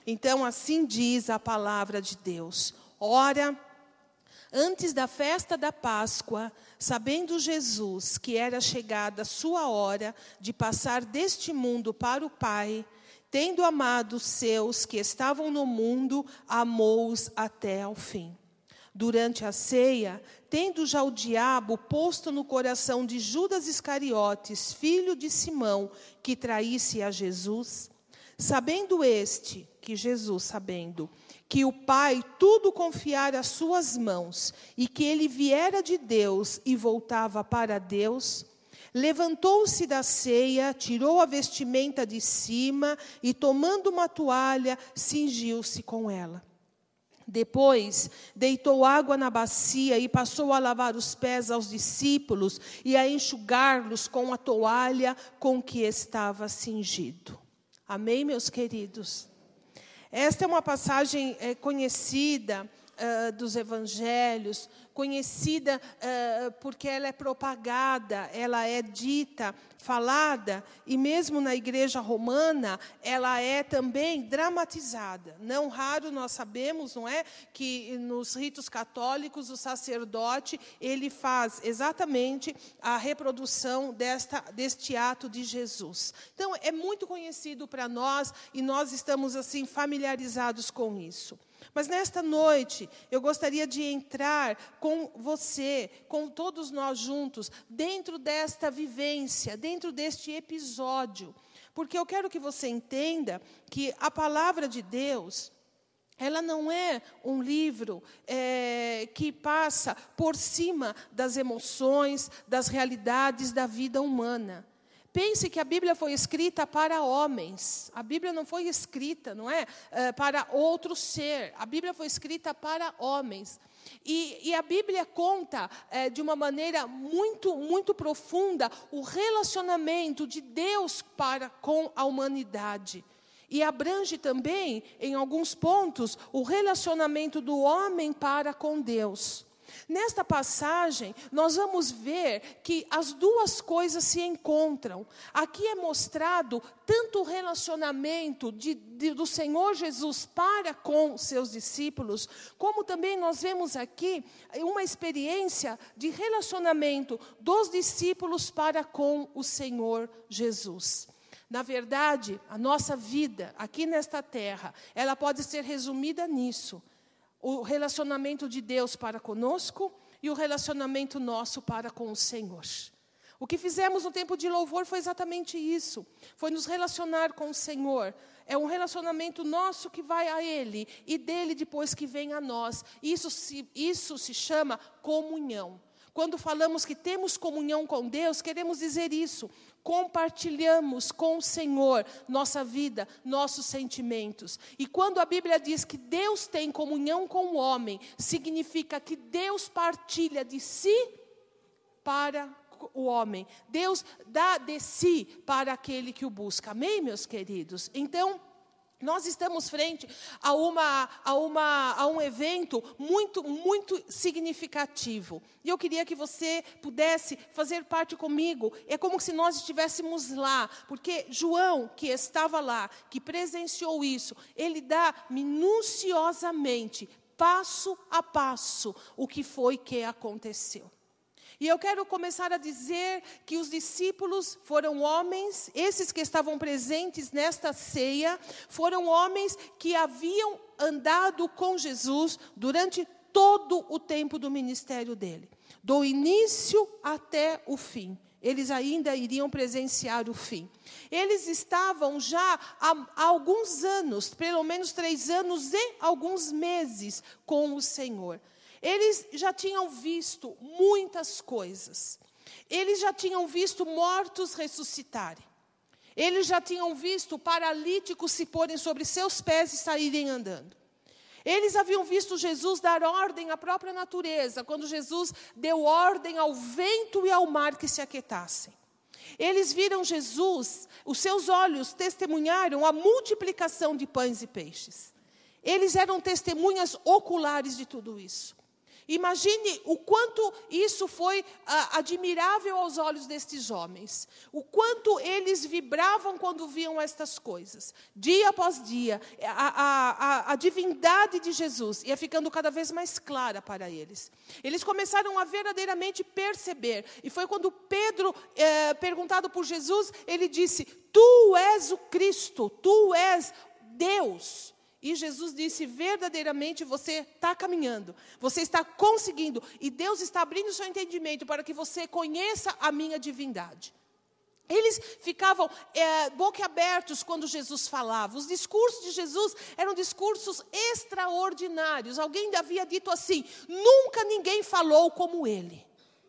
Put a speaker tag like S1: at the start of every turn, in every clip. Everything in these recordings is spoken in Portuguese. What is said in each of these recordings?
S1: Então, assim diz a palavra de Deus. Ora, antes da festa da Páscoa, sabendo Jesus que era chegada a sua hora de passar deste mundo para o Pai, tendo amado os seus que estavam no mundo, amou-os até ao fim. Durante a ceia, tendo já o diabo posto no coração de Judas Iscariotes, filho de Simão, que traísse a Jesus, sabendo que o Pai tudo confiara às suas mãos, e que ele viera de Deus e voltava para Deus, levantou-se da ceia, tirou a vestimenta de cima e, tomando uma toalha, cingiu-se com ela. Depois, deitou água na bacia e passou a lavar os pés aos discípulos e a enxugar-los com a toalha com que estava cingido. Amém, meus queridos? Esta é uma passagem conhecida dos evangelhos, conhecida porque ela é propagada, ela é dita, falada, e mesmo na igreja romana, ela é também dramatizada. Não raro nós sabemos, não é, que nos ritos católicos o sacerdote, ele faz exatamente a reprodução deste ato de Jesus. Então, é muito conhecido para nós, e nós estamos assim familiarizados com isso. Mas nesta noite, eu gostaria de entrar com você, com todos nós juntos, dentro desta vivência, dentro deste episódio. Porque eu quero que você entenda que a palavra de Deus, ela não é um livro que passa por cima das emoções, das realidades da vida humana. Pense que a Bíblia foi escrita para homens. A Bíblia não foi escrita, não é, para outro ser. A Bíblia foi escrita para homens. E a Bíblia conta de uma maneira muito, muito profunda o relacionamento de Deus para com a humanidade. E abrange também, em alguns pontos, o relacionamento do homem para com Deus. Nesta passagem, nós vamos ver que as duas coisas se encontram. Aqui é mostrado tanto o relacionamento do Senhor Jesus para com seus discípulos, como também nós vemos aqui uma experiência de relacionamento dos discípulos para com o Senhor Jesus. Na verdade, a nossa vida aqui nesta terra, ela pode ser resumida nisso. O relacionamento de Deus para conosco e o relacionamento nosso para com o Senhor. O que fizemos no tempo de louvor foi exatamente isso. Foi nos relacionar com o Senhor. É um relacionamento nosso que vai a Ele e dele depois que vem a nós. Isso se chama comunhão. Quando falamos que temos comunhão com Deus, queremos dizer isso. Compartilhamos com o Senhor nossa vida, nossos sentimentos. E quando a Bíblia diz que Deus tem comunhão com o homem, significa que Deus partilha de si para o homem. Deus dá de si para aquele que o busca. Amém, meus queridos? Então, nós estamos frente a um evento muito, muito significativo. E eu queria que você pudesse fazer parte comigo. É como se nós estivéssemos lá. Porque João, que estava lá, que presenciou isso, ele dá minuciosamente, passo a passo, o que foi que aconteceu. E eu quero começar a dizer que os discípulos foram homens, esses que estavam presentes nesta ceia, foram homens que haviam andado com Jesus durante todo o tempo do ministério dele. Do início até o fim. Eles ainda iriam presenciar o fim. Eles estavam já há alguns anos, pelo menos 3 anos e alguns meses com o Senhor. Eles já tinham visto muitas coisas. Eles já tinham visto mortos ressuscitarem. Eles já tinham visto paralíticos se porem sobre seus pés e saírem andando. Eles haviam visto Jesus dar ordem à própria natureza, quando Jesus deu ordem ao vento e ao mar que se aquietassem. Eles viram Jesus, os seus olhos testemunharam a multiplicação de pães e peixes. Eles eram testemunhas oculares de tudo isso. Imagine o quanto isso foi admirável aos olhos destes homens. O quanto eles vibravam quando viam estas coisas. Dia após dia, a divindade de Jesus ia ficando cada vez mais clara para eles. Eles começaram a verdadeiramente perceber. E foi quando Pedro, perguntado por Jesus, ele disse: Tu és o Cristo, Tu és Deus. E Jesus disse, verdadeiramente você está caminhando, você está conseguindo, e Deus está abrindo o seu entendimento para que você conheça a minha divindade. Eles ficavam boquiabertos quando Jesus falava. Os discursos de Jesus eram discursos extraordinários. Alguém havia dito assim, nunca ninguém falou como ele.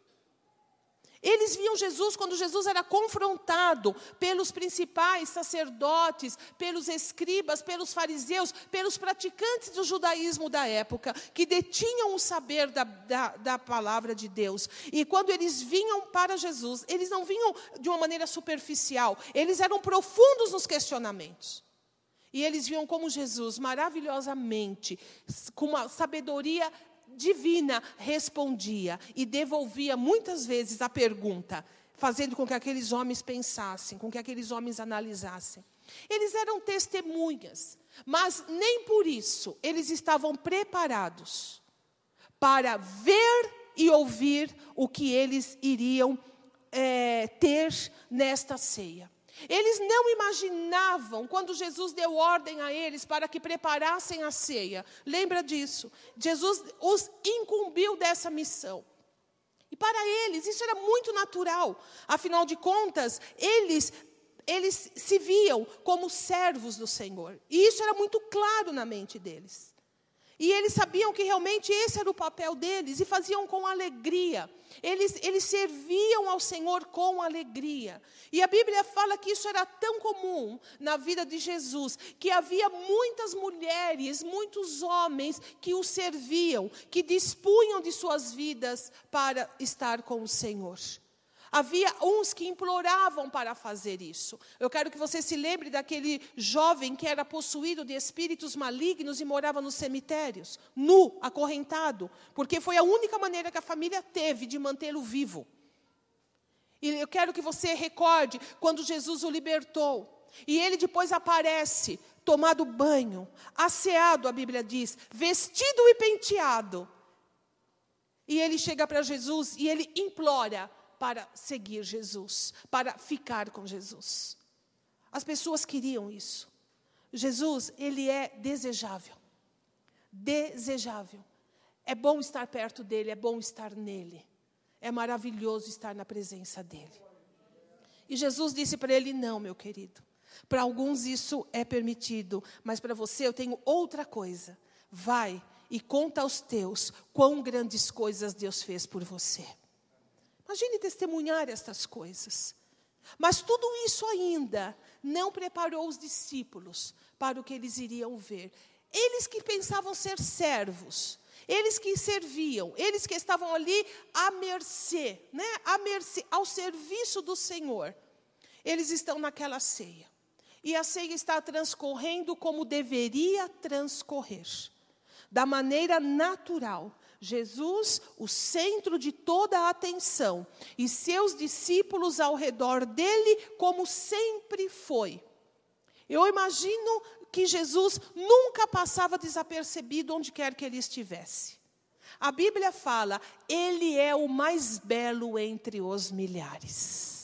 S1: Eles viam Jesus quando Jesus era confrontado pelos principais sacerdotes, pelos escribas, pelos fariseus, pelos praticantes do judaísmo da época, que detinham o saber da palavra de Deus. E quando eles vinham para Jesus, eles não vinham de uma maneira superficial, eles eram profundos nos questionamentos. E eles viam como Jesus, maravilhosamente, com uma sabedoria divina, respondia e devolvia muitas vezes a pergunta, fazendo com que aqueles homens pensassem, com que aqueles homens analisassem. Eles eram testemunhas, mas nem por isso eles estavam preparados para ver e ouvir o que eles iriam ter nesta ceia. Eles não imaginavam, quando Jesus deu ordem a eles para que preparassem a ceia. Lembra disso? Jesus os incumbiu dessa missão. E para eles, isso era muito natural. Afinal de contas, eles se viam como servos do Senhor. E isso era muito claro na mente deles. E eles sabiam que realmente esse era o papel deles, e faziam com alegria. Eles serviam ao Senhor com alegria. E a Bíblia fala que isso era tão comum na vida de Jesus, que havia muitas mulheres, muitos homens que o serviam, que dispunham de suas vidas para estar com o Senhor. Havia uns que imploravam para fazer isso. Eu quero que você se lembre daquele jovem que era possuído de espíritos malignos e morava nos cemitérios, nu, acorrentado, porque foi a única maneira que a família teve de mantê-lo vivo. E eu quero que você recorde quando Jesus o libertou. E ele depois aparece, tomado banho, asseado, a Bíblia diz, vestido e penteado. E ele chega para Jesus e ele implora para seguir Jesus, para ficar com Jesus. As pessoas queriam isso. Jesus, ele é desejável. Desejável. É bom estar perto dele, é bom estar nele. É maravilhoso estar na presença dele. E Jesus disse para ele, não, meu querido. Para alguns isso é permitido, mas para você eu tenho outra coisa. Vai e conta aos teus quão grandes coisas Deus fez por você. Imagine testemunhar estas coisas. Mas tudo isso ainda não preparou os discípulos para o que eles iriam ver. Eles que pensavam ser servos, eles que serviam, eles que estavam ali à mercê, à mercê, ao serviço do Senhor. Eles estão naquela ceia. E a ceia está transcorrendo como deveria transcorrer. Da maneira natural. Jesus, o centro de toda a atenção, e seus discípulos ao redor dele, como sempre foi. Eu imagino que Jesus nunca passava desapercebido onde quer que ele estivesse. A Bíblia fala, ele é o mais belo entre os milhares.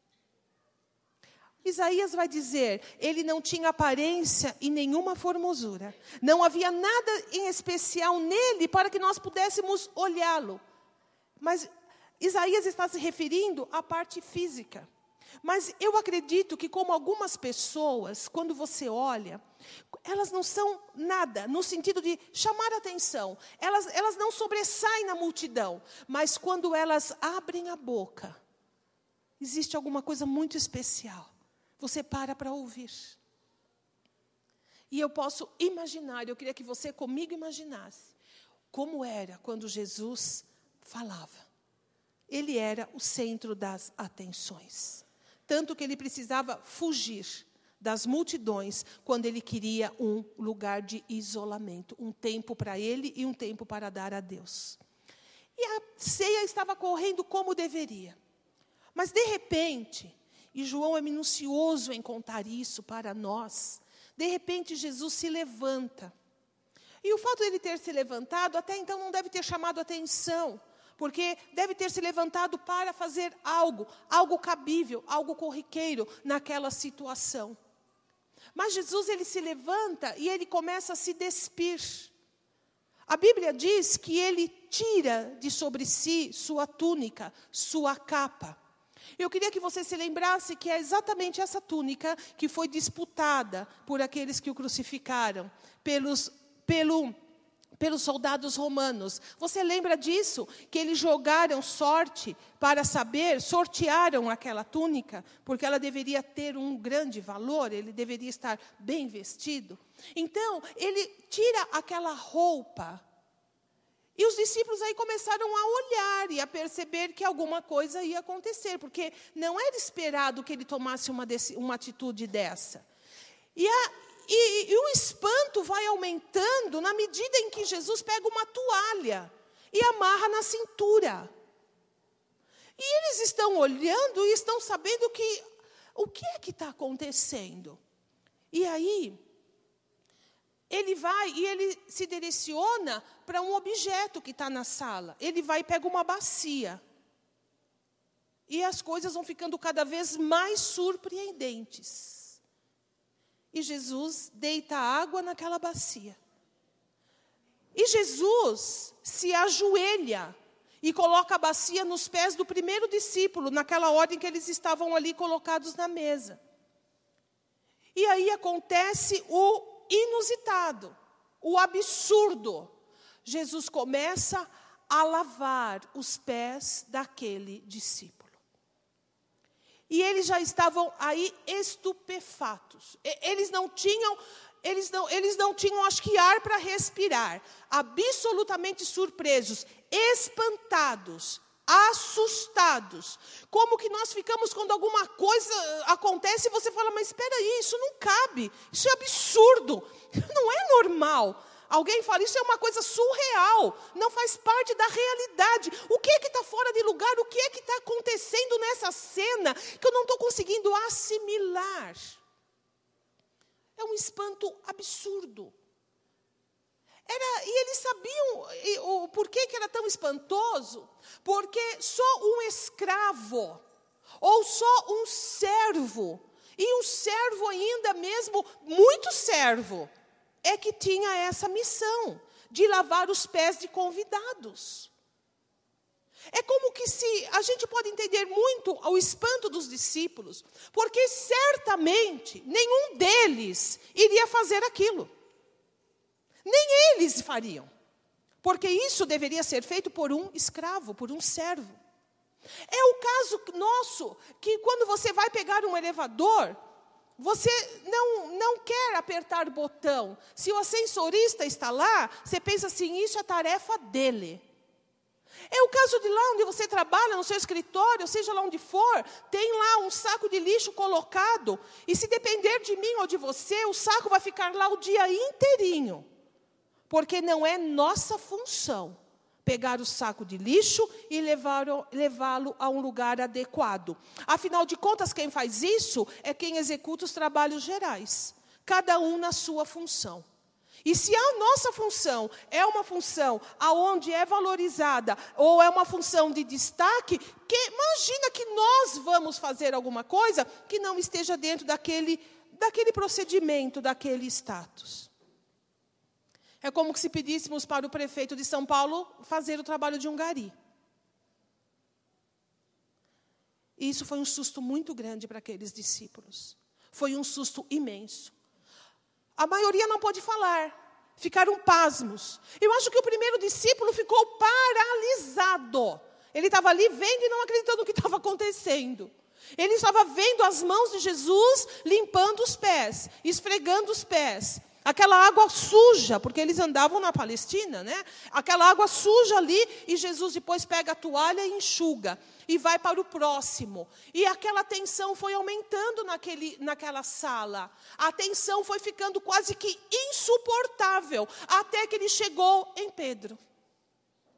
S1: Isaías vai dizer, ele não tinha aparência e nenhuma formosura. Não havia nada em especial nele para que nós pudéssemos olhá-lo. Mas Isaías está se referindo à parte física. Mas eu acredito que como algumas pessoas, quando você olha, elas não são nada, no sentido de chamar atenção. Elas não sobressaem na multidão. Mas quando elas abrem a boca, existe alguma coisa muito especial. Você para ouvir. E eu posso imaginar, eu queria que você comigo imaginasse, como era quando Jesus falava. Ele era o centro das atenções. Tanto que ele precisava fugir das multidões quando ele queria um lugar de isolamento. Um tempo para ele e um tempo para dar a Deus. E a ceia estava correndo como deveria. Mas, de repente, e João é minucioso em contar isso para nós, de repente Jesus se levanta. E o fato de ele ter se levantado, até então não deve ter chamado atenção, porque deve ter se levantado para fazer algo cabível, algo corriqueiro naquela situação. Mas Jesus, ele se levanta e ele começa a se despir. A Bíblia diz que ele tira de sobre si sua túnica, sua capa. Eu queria que você se lembrasse que é exatamente essa túnica que foi disputada por aqueles que o crucificaram, pelos soldados romanos. Você lembra disso? Que eles jogaram sorte para saber, sortearam aquela túnica, porque ela deveria ter um grande valor, ele deveria estar bem vestido. Então, ele tira aquela roupa. E os discípulos aí começaram a olhar e a perceber que alguma coisa ia acontecer, porque não era esperado que ele tomasse uma atitude dessa. E o espanto vai aumentando na medida em que Jesus pega uma toalha e amarra na cintura. E eles estão olhando e estão sabendo o que é que está acontecendo. E aí, ele vai e ele se direciona para um objeto que está na sala. Ele vai e pega uma bacia. E as coisas vão ficando cada vez mais surpreendentes. E Jesus deita água naquela bacia. E Jesus se ajoelha e coloca a bacia nos pés do primeiro discípulo, naquela ordem que eles estavam ali colocados na mesa. E aí acontece o inusitado, o absurdo. Jesus começa a lavar os pés daquele discípulo. E eles já estavam aí estupefatos. Eles não tinham, acho que, ar para respirar. Absolutamente surpresos, espantados, assustados. Como que nós ficamos quando alguma coisa acontece e você fala, mas espera aí, isso não cabe, isso é absurdo, não é normal. Alguém fala, isso é uma coisa surreal, não faz parte da realidade. O que é que está fora de lugar? O que é que está acontecendo nessa cena que eu não estou conseguindo assimilar? É um espanto absurdo. E eles sabiam o porquê que era tão espantoso, porque só um escravo, ou só um servo, e um servo ainda mesmo, muito servo, é que tinha essa missão de lavar os pés de convidados. É como que se a gente pode entender muito o espanto dos discípulos, porque certamente nenhum deles iria fazer aquilo. Nem eles fariam, porque isso deveria ser feito por um escravo, por um servo. É o caso nosso, que quando você vai pegar um elevador, você não quer apertar o botão. Se o ascensorista está lá, você pensa assim, isso é tarefa dele. É o caso de lá onde você trabalha, no seu escritório, seja lá onde for, tem lá um saco de lixo colocado, e se depender de mim ou de você, o saco vai ficar lá o dia inteirinho. Porque não é nossa função pegar o saco de lixo e levá-lo a um lugar adequado. Afinal de contas, quem faz isso é quem executa os trabalhos gerais. Cada um na sua função. E se a nossa função é uma função aonde é valorizada, ou é uma função de destaque, imagina que nós vamos fazer alguma coisa que não esteja dentro daquele procedimento, daquele status. É como se pedíssemos para o prefeito de São Paulo fazer o trabalho de um gari. E isso foi um susto muito grande para aqueles discípulos. Foi um susto imenso. A maioria não pôde falar, ficaram pasmos. Eu acho que o primeiro discípulo ficou paralisado. Ele estava ali vendo e não acreditando no que estava acontecendo. Ele estava vendo as mãos de Jesus limpando os pés, esfregando os pés. Aquela água suja, porque eles andavam na Palestina, né? Aquela água suja ali, e Jesus depois pega a toalha e enxuga. E vai para o próximo. E aquela tensão foi aumentando naquela sala. A tensão foi ficando quase que insuportável, até que ele chegou em Pedro.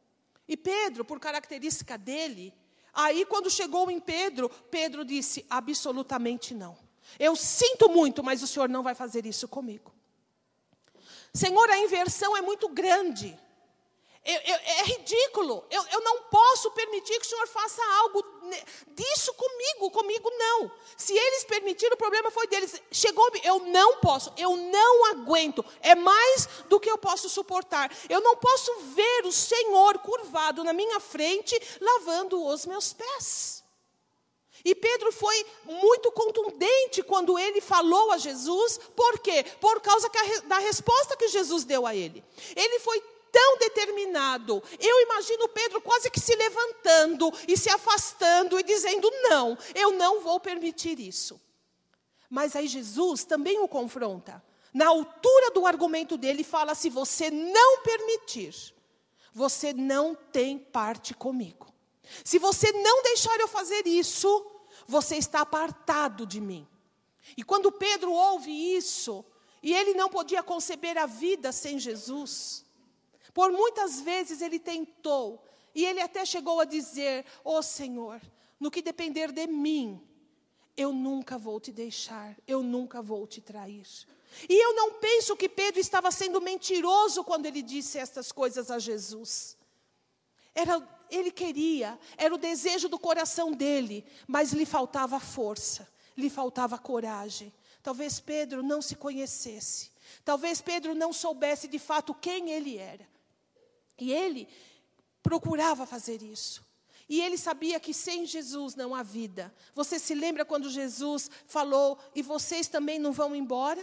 S1: E Pedro, por característica dele, aí quando chegou em Pedro, Pedro disse, absolutamente não. Eu sinto muito, mas o Senhor não vai fazer isso comigo. Senhor, a inversão é muito grande. É ridículo. Eu não posso permitir que o Senhor faça algo disso comigo não. Se eles permitiram, o problema foi deles. Chegou, eu não posso, eu não aguento. É mais do que eu posso suportar. Eu não posso ver o Senhor curvado na minha frente, lavando os meus pés. E Pedro foi muito contundente quando ele falou a Jesus. Por quê? Por causa da resposta que Jesus deu a ele. Ele foi tão determinado. Eu imagino Pedro quase que se levantando e se afastando e dizendo, não, eu não vou permitir isso. Mas aí Jesus também o confronta. Na altura do argumento dele, fala, se você não permitir, você não tem parte comigo. Se você não deixar eu fazer isso, você está apartado de mim. E quando Pedro ouve isso, e ele não podia conceber a vida sem Jesus, por muitas vezes ele tentou, e ele até chegou a dizer, Senhor, no que depender de mim, eu nunca vou te deixar, eu nunca vou te trair. E eu não penso que Pedro estava sendo mentiroso quando ele disse estas coisas a Jesus. Ele queria, era o desejo do coração dele, mas lhe faltava força, lhe faltava coragem. Talvez Pedro não se conhecesse, talvez Pedro não soubesse de fato quem ele era. E ele procurava fazer isso. E ele sabia que sem Jesus não há vida. Você se lembra quando Jesus falou, e vocês também não vão embora?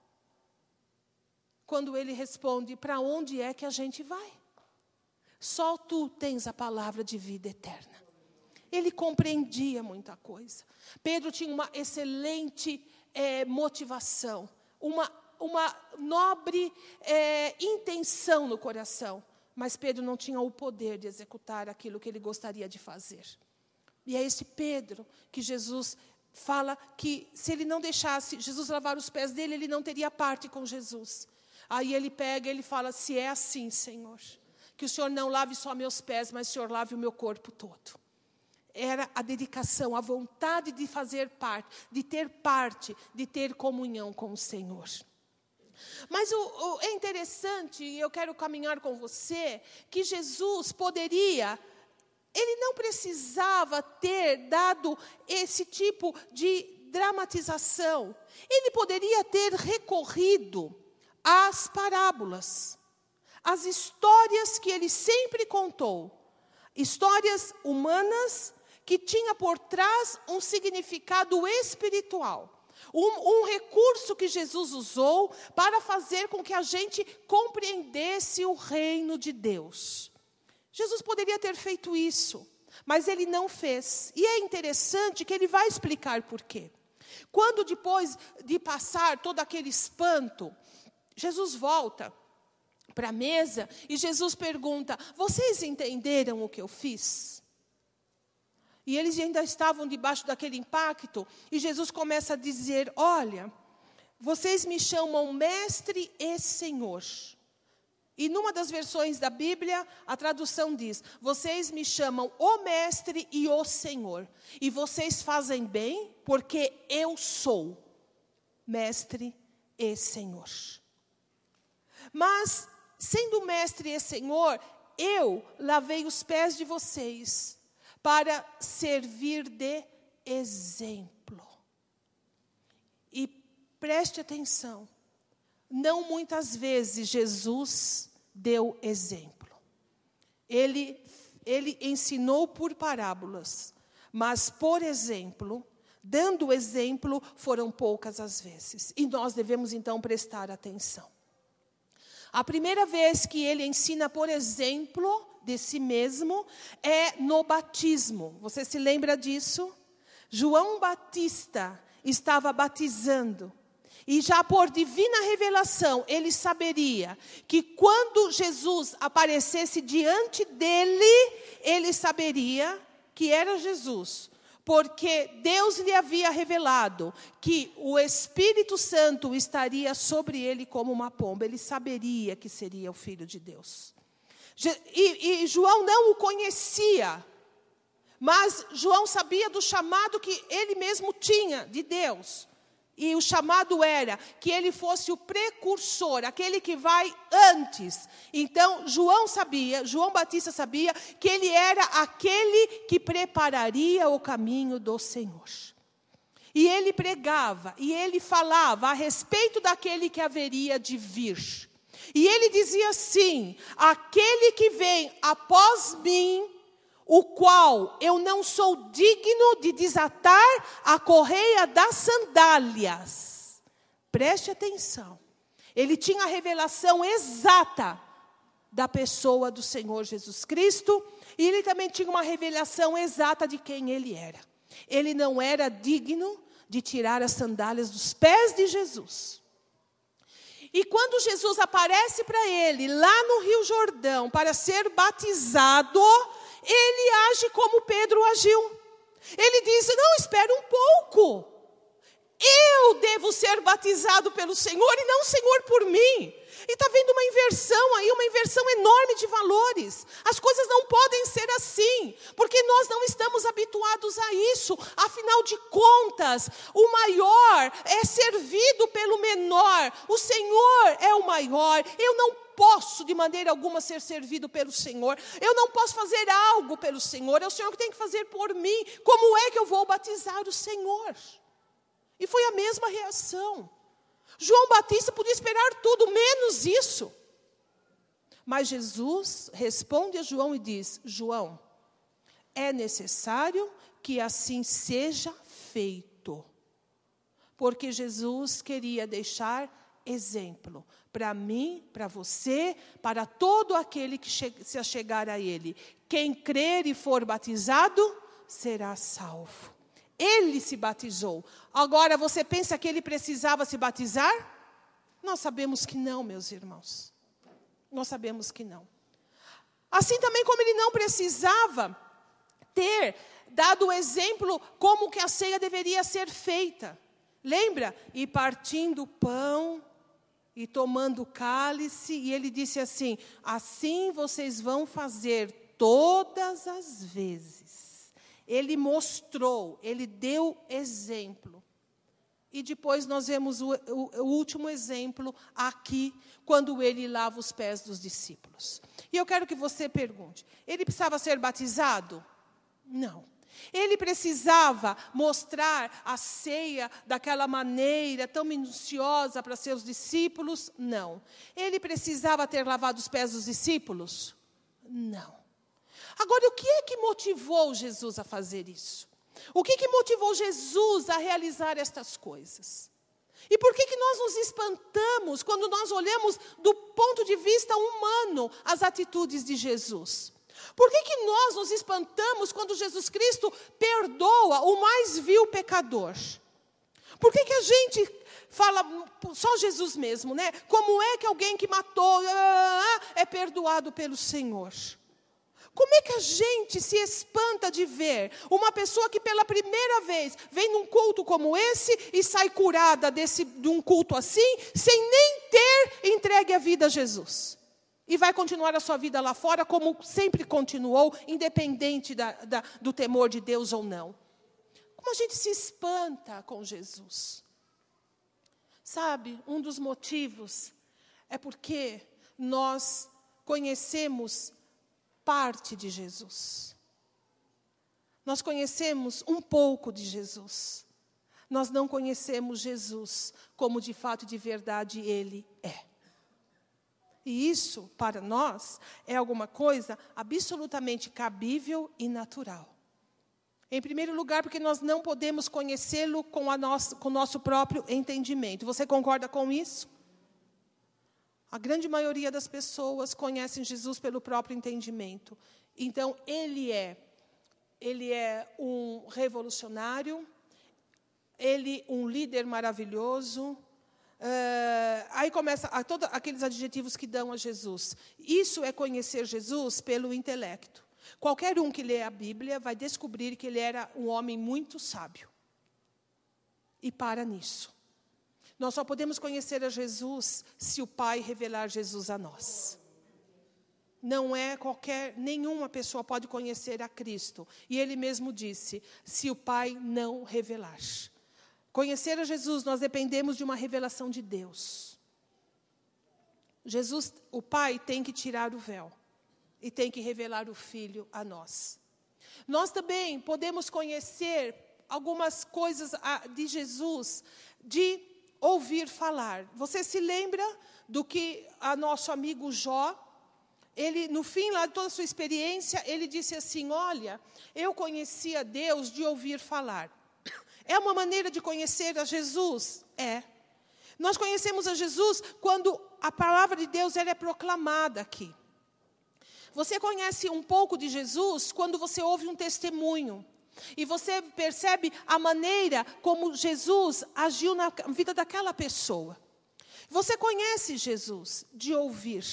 S1: Quando ele responde, para onde é que a gente vai? Só tu tens a palavra de vida eterna. Ele compreendia muita coisa. Pedro tinha uma excelente motivação, uma nobre intenção no coração. Mas Pedro não tinha o poder de executar aquilo que ele gostaria de fazer. E é esse Pedro que Jesus fala que se ele não deixasse Jesus lavar os pés dele, ele não teria parte com Jesus. Aí ele pega e ele fala, se é assim, Senhor, que o Senhor não lave só meus pés, mas o Senhor lave o meu corpo todo. Era a dedicação, a vontade de fazer parte, de ter comunhão com o Senhor. Mas é interessante, e eu quero caminhar com você, que Jesus poderia, ele não precisava ter dado esse tipo de dramatização. Ele poderia ter recorrido às parábolas, às histórias que ele sempre contou. Histórias humanas que tinham por trás um significado espiritual. Um recurso que Jesus usou para fazer com que a gente compreendesse o reino de Deus. Jesus poderia ter feito isso, mas ele não fez. E é interessante que ele vai explicar por quê. Quando depois de passar todo aquele espanto, Jesus volta para a mesa e Jesus pergunta, vocês entenderam o que eu fiz? E eles ainda estavam debaixo daquele impacto, e Jesus começa a dizer, olha, vocês me chamam mestre e senhor. E numa das versões da Bíblia, a tradução diz, vocês me chamam o mestre e o senhor. E vocês fazem bem, porque eu sou mestre e senhor. Mas, sendo mestre e senhor, eu lavei os pés de vocês, para servir de exemplo. E preste atenção, não muitas vezes Jesus deu exemplo. Ele ensinou por parábolas, mas, por exemplo, dando exemplo, foram poucas as vezes. E nós devemos, então, prestar atenção. A primeira vez que ele ensina, por exemplo, de si mesmo, é no batismo. Você se lembra disso? João Batista estava batizando. E já por divina revelação, ele saberia que quando Jesus aparecesse diante dele, ele saberia que era Jesus. Porque Deus lhe havia revelado que o Espírito Santo estaria sobre ele como uma pomba. Ele saberia que seria o Filho de Deus. E João não o conhecia, mas João sabia do chamado que ele mesmo tinha de Deus. E o chamado era que ele fosse o precursor, aquele que vai antes. Então, João Batista sabia que ele era aquele que prepararia o caminho do Senhor. E ele pregava, e ele falava a respeito daquele que haveria de vir. E ele dizia assim: aquele que vem após mim, o qual eu não sou digno de desatar a correia das sandálias. Preste atenção. Ele tinha a revelação exata da pessoa do Senhor Jesus Cristo, e ele também tinha uma revelação exata de quem ele era. Ele não era digno de tirar as sandálias dos pés de Jesus. E quando Jesus aparece para ele, lá no Rio Jordão, para ser batizado, ele age como Pedro agiu. Ele diz: não, espera um pouco. Eu devo ser batizado pelo Senhor e não o Senhor por mim. E está vendo uma inversão aí, uma inversão enorme de valores. As coisas não podem ser assim, porque nós não estamos habituados a isso. Afinal de contas, o maior é servido pelo menor. O Senhor é o maior. Eu não posso de maneira alguma ser servido pelo Senhor. Eu não posso fazer algo pelo Senhor. É o Senhor que tem que fazer por mim. Como é que eu vou batizar o Senhor? E foi a mesma reação. João Batista podia esperar tudo, menos isso. Mas Jesus responde a João e diz: João, é necessário que assim seja feito. Porque Jesus queria deixar exemplo para mim, para você, para todo aquele que se achegar a Ele. Quem crer e for batizado, será salvo. Ele se batizou. Agora, você pensa que ele precisava se batizar? Nós sabemos que não, meus irmãos. Nós sabemos que não. Assim também como ele não precisava ter dado o exemplo como que a ceia deveria ser feita. Lembra? E partindo o pão e tomando o cálice, e ele disse assim: assim vocês vão fazer todas as vezes. Ele mostrou, ele deu exemplo. E depois nós vemos o último exemplo aqui, quando ele lava os pés dos discípulos. E eu quero que você pergunte: ele precisava ser batizado? Não. Ele precisava mostrar a ceia daquela maneira tão minuciosa para seus discípulos? Não. Ele precisava ter lavado os pés dos discípulos? Não. Agora, o que é que motivou Jesus a fazer isso? O que motivou Jesus a realizar estas coisas? E por que nós nos espantamos quando nós olhamos do ponto de vista humano as atitudes de Jesus? Por que nós nos espantamos quando Jesus Cristo perdoa o mais vil pecador? Por que a gente fala, só Jesus mesmo, né? Como é que alguém que matou é perdoado pelo Senhor? Como é que a gente se espanta de ver uma pessoa que pela primeira vez vem num culto como esse e sai curada de um culto assim, sem nem ter entregue a vida a Jesus? E vai continuar a sua vida lá fora como sempre continuou, independente do temor de Deus ou não. Como a gente se espanta com Jesus? Sabe, um dos motivos é porque nós conhecemos parte de Jesus. Nós conhecemos um pouco de Jesus. Nós não conhecemos Jesus como de fato e de verdade Ele é. E isso, para nós, é alguma coisa absolutamente cabível e natural. Em primeiro lugar, porque nós não podemos conhecê-lo com o nosso próprio entendimento. Você concorda com isso? A grande maioria das pessoas conhecem Jesus pelo próprio entendimento. Então, ele é um revolucionário, um líder maravilhoso. Aí começa todos aqueles adjetivos que dão a Jesus. Isso é conhecer Jesus pelo intelecto. Qualquer um que lê a Bíblia vai descobrir que ele era um homem muito sábio. E para nisso. Nós só podemos conhecer a Jesus se o Pai revelar Jesus a nós. não é nenhuma pessoa pode conhecer a Cristo. E ele mesmo disse, se o Pai não revelar. Conhecer a Jesus, nós dependemos de uma revelação de Deus. Jesus, o Pai, tem que tirar o véu e tem que revelar o Filho a nós. Nós também podemos conhecer algumas coisas de Jesus, de ouvir falar. Você se lembra do que nosso amigo Jó, ele, no fim lá de toda a sua experiência, ele disse assim, olha, eu conhecia Deus de ouvir falar. É uma maneira de conhecer a Jesus? É. Nós conhecemos a Jesus quando a palavra de Deus ela é proclamada aqui. Você conhece um pouco de Jesus quando você ouve um testemunho. E você percebe a maneira como Jesus agiu na vida daquela pessoa. Você conhece Jesus de ouvir.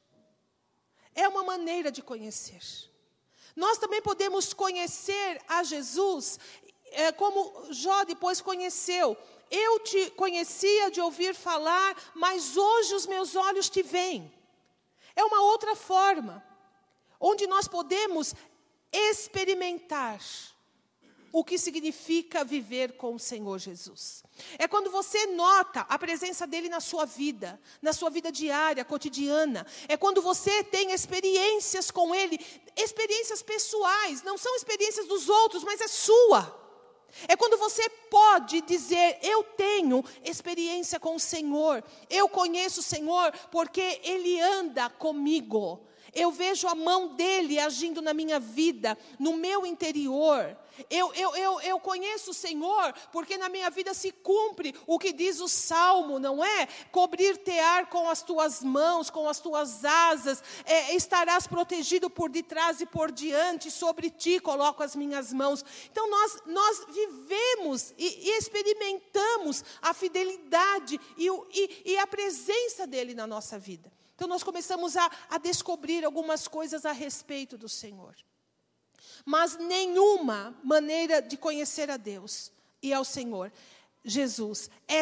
S1: É uma maneira de conhecer. Nós também podemos conhecer a Jesus como Jó depois conheceu. Eu te conhecia de ouvir falar, mas hoje os meus olhos te veem. É uma outra forma, onde nós podemos experimentar o que significa viver com o Senhor Jesus. É quando você nota a presença dele na sua vida diária, cotidiana. É quando você tem experiências com ele, experiências pessoais, não são experiências dos outros, mas é sua. É quando você pode dizer, eu tenho experiência com o Senhor, eu conheço o Senhor porque Ele anda comigo. Eu vejo a mão dEle agindo na minha vida, no meu interior. Eu conheço o Senhor porque na minha vida se cumpre o que diz o Salmo, não é? Cobrir-te-á com as tuas mãos, com as tuas asas, estarás protegido por detrás e por diante, sobre ti coloco as minhas mãos. Então nós vivemos e experimentamos a fidelidade e a presença dEle na nossa vida. Então, nós começamos a descobrir algumas coisas a respeito do Senhor. Mas nenhuma maneira de conhecer a Deus e ao Senhor, Jesus, é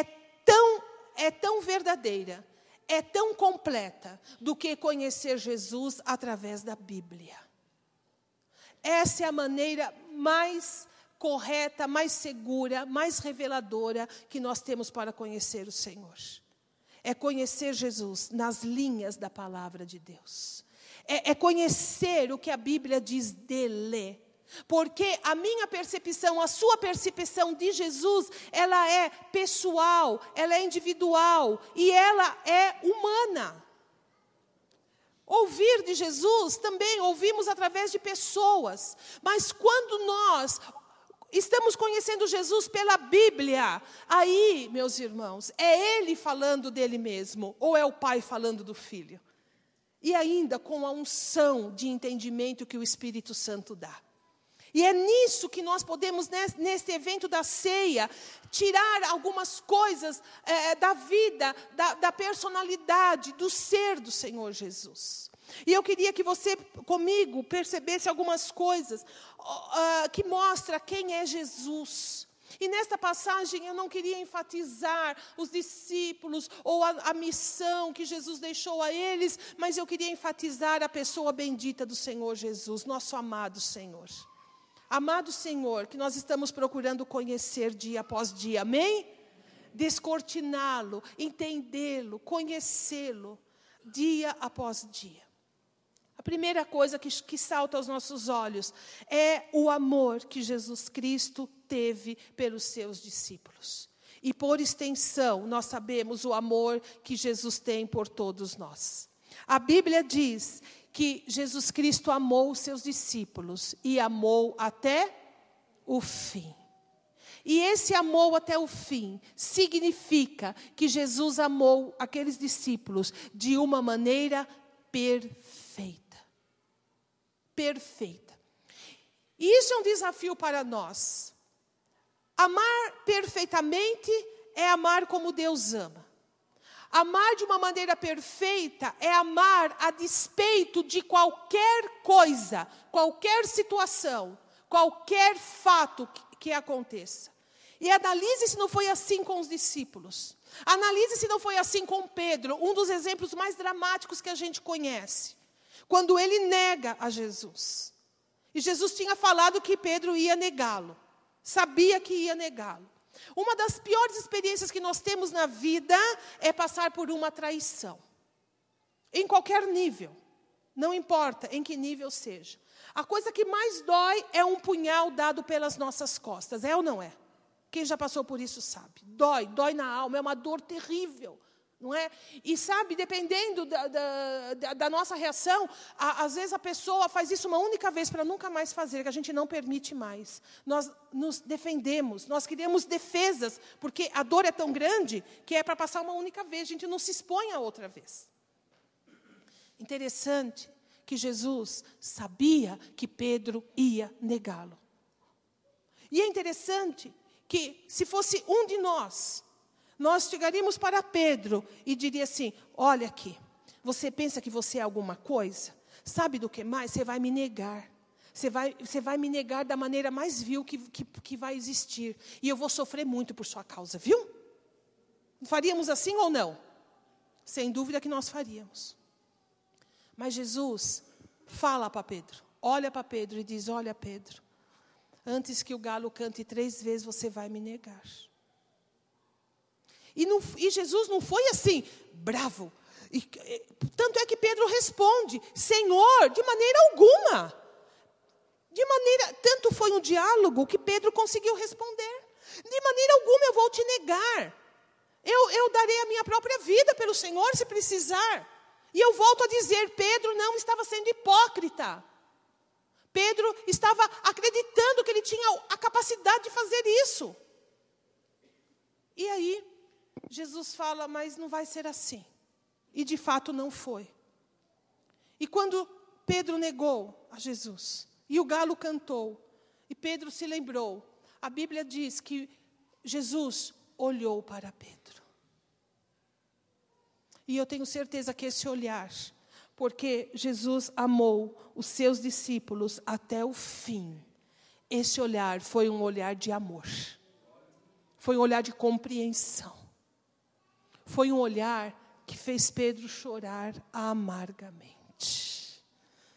S1: tão verdadeira, é tão completa, do que conhecer Jesus através da Bíblia. Essa é a maneira mais correta, mais segura, mais reveladora que nós temos para conhecer o Senhor. É conhecer Jesus nas linhas da palavra de Deus. É conhecer o que a Bíblia diz dele. Porque a minha percepção, a sua percepção de Jesus, ela é pessoal, ela é individual e ela é humana. Ouvir de Jesus também ouvimos através de pessoas. Mas quando nós estamos conhecendo Jesus pela Bíblia, aí, meus irmãos, é Ele falando dele mesmo, ou é o Pai falando do Filho? E ainda com a unção de entendimento que o Espírito Santo dá. E é nisso que nós podemos, neste evento da ceia, tirar algumas coisas da vida, da personalidade, do ser do Senhor Jesus. E eu queria que você, comigo, percebesse algumas coisas que mostram quem é Jesus. E nesta passagem eu não queria enfatizar os discípulos ou a missão que Jesus deixou a eles, mas eu queria enfatizar a pessoa bendita do Senhor Jesus, nosso amado Senhor. Amado Senhor, que nós estamos procurando conhecer dia após dia, amém? Descortiná-lo, entendê-lo, conhecê-lo, dia após dia. A primeira coisa que salta aos nossos olhos é o amor que Jesus Cristo teve pelos seus discípulos. E por extensão, nós sabemos o amor que Jesus tem por todos nós. A Bíblia diz que Jesus Cristo amou os seus discípulos e amou até o fim. E esse amor até o fim significa que Jesus amou aqueles discípulos de uma maneira perfeita. Perfeita. E isso é um desafio para nós. Amar perfeitamente é amar como Deus ama. Amar de uma maneira perfeita é amar a despeito de qualquer coisa, qualquer situação, qualquer fato que aconteça. E analise se não foi assim com os discípulos. Analise se não foi assim com Pedro, um dos exemplos mais dramáticos que a gente conhece. quando ele nega a Jesus. E Jesus tinha falado que Pedro ia negá-lo. Sabia que ia negá-lo. Uma das piores experiências que nós temos na vida é passar por uma traição. Em qualquer nível. Não importa em que nível seja. A coisa que mais dói é um punhal dado pelas nossas costas. É ou não é? Quem já passou por isso sabe. Dói na alma, é uma dor terrível. Não é? E sabe, dependendo da nossa reação, às vezes a pessoa faz isso uma única vez para nunca mais fazer, que a gente não permite mais. Nós nos defendemos, nós criamos defesas, porque a dor é tão grande que é para passar uma única vez, a gente não se expõe a outra vez. Interessante que Jesus sabia que Pedro ia negá-lo. E é interessante que, se fosse um de nós chegaríamos para Pedro e diria assim, olha aqui, você pensa que você é alguma coisa? Sabe do que mais? Você vai me negar. Você vai me negar da maneira mais vil que vai existir. E eu vou sofrer muito por sua causa, viu? Faríamos assim ou não? Sem dúvida que nós faríamos. Mas Jesus fala para Pedro, olha para Pedro e diz, olha Pedro, antes que o galo cante 3 vezes, você vai me negar. E Jesus não foi assim, bravo. Tanto é que Pedro responde, Senhor, de maneira alguma. Tanto foi um diálogo que Pedro conseguiu responder. De maneira alguma eu vou te negar. Eu darei a minha própria vida pelo Senhor, se precisar. E eu volto a dizer, Pedro não estava sendo hipócrita. Pedro estava acreditando que ele tinha a capacidade de fazer isso. E aí, Jesus fala, mas não vai ser assim. E de fato não foi. E quando Pedro negou a Jesus, e o galo cantou, e Pedro se lembrou, a Bíblia diz que Jesus olhou para Pedro. E eu tenho certeza que esse olhar, porque Jesus amou os seus discípulos até o fim, esse olhar foi um olhar de amor. Foi um olhar de compreensão. Foi um olhar que fez Pedro chorar amargamente.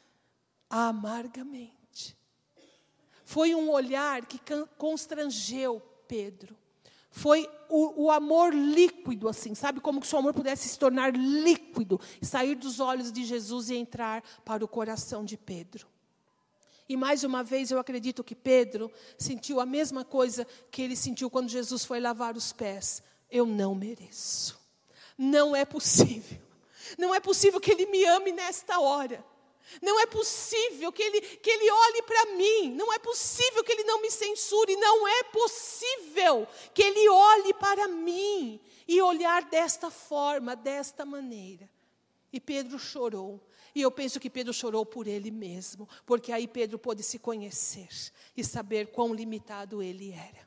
S1: Amargamente. Foi um olhar que constrangeu Pedro. Foi o amor líquido, assim, sabe? Como se o amor pudesse se tornar líquido, sair dos olhos de Jesus e entrar para o coração de Pedro. E mais uma vez eu acredito que Pedro sentiu a mesma coisa que ele sentiu quando Jesus foi lavar os pés. Eu não mereço. Não é possível. Não é possível que ele me ame nesta hora. Não é possível que ele olhe para mim. Não é possível que ele não me censure. Não é possível que ele olhe para mim e olhar desta forma, desta maneira. E Pedro chorou. E eu penso que Pedro chorou por ele mesmo. Porque aí Pedro pôde se conhecer e saber quão limitado ele era.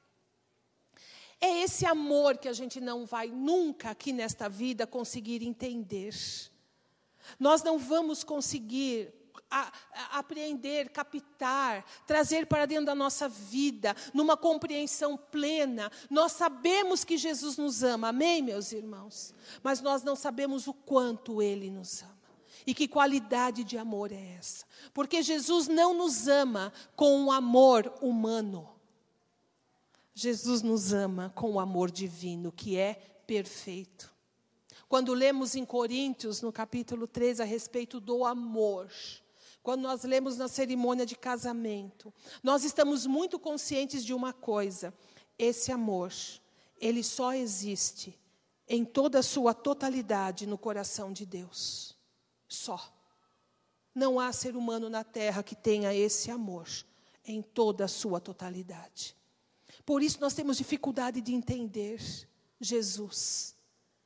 S1: É esse amor que a gente não vai nunca aqui nesta vida conseguir entender. Nós não vamos conseguir apreender, captar, trazer para dentro da nossa vida, numa compreensão plena. Nós sabemos que Jesus nos ama, amém, meus irmãos? Mas nós não sabemos o quanto Ele nos ama. E que qualidade de amor é essa? Porque Jesus não nos ama com um amor humano. Jesus nos ama com o amor divino, que é perfeito. Quando lemos em Coríntios, no capítulo 3, a respeito do amor, quando nós lemos na cerimônia de casamento, nós estamos muito conscientes de uma coisa: esse amor, ele só existe em toda a sua totalidade no coração de Deus. Só. Não há ser humano na terra que tenha esse amor em toda a sua totalidade. Por isso nós temos dificuldade de entender Jesus.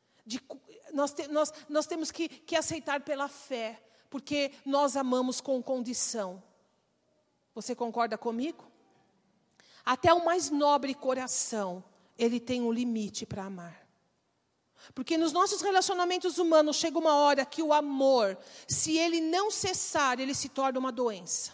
S1: Nós temos que aceitar pela fé, porque nós amamos com condição. Você concorda comigo? Até o mais nobre coração, ele tem um limite para amar. Porque nos nossos relacionamentos humanos chega uma hora que o amor, se ele não cessar, ele se torna uma doença.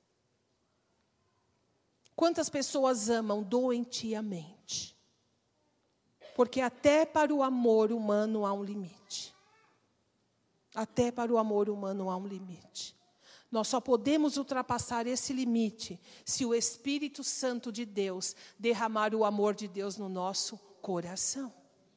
S1: Quantas pessoas amam doentiamente? Porque até para o amor humano há um limite. Até para o amor humano há um limite. Nós só podemos ultrapassar esse limite se o Espírito Santo de Deus derramar o amor de Deus no nosso coração.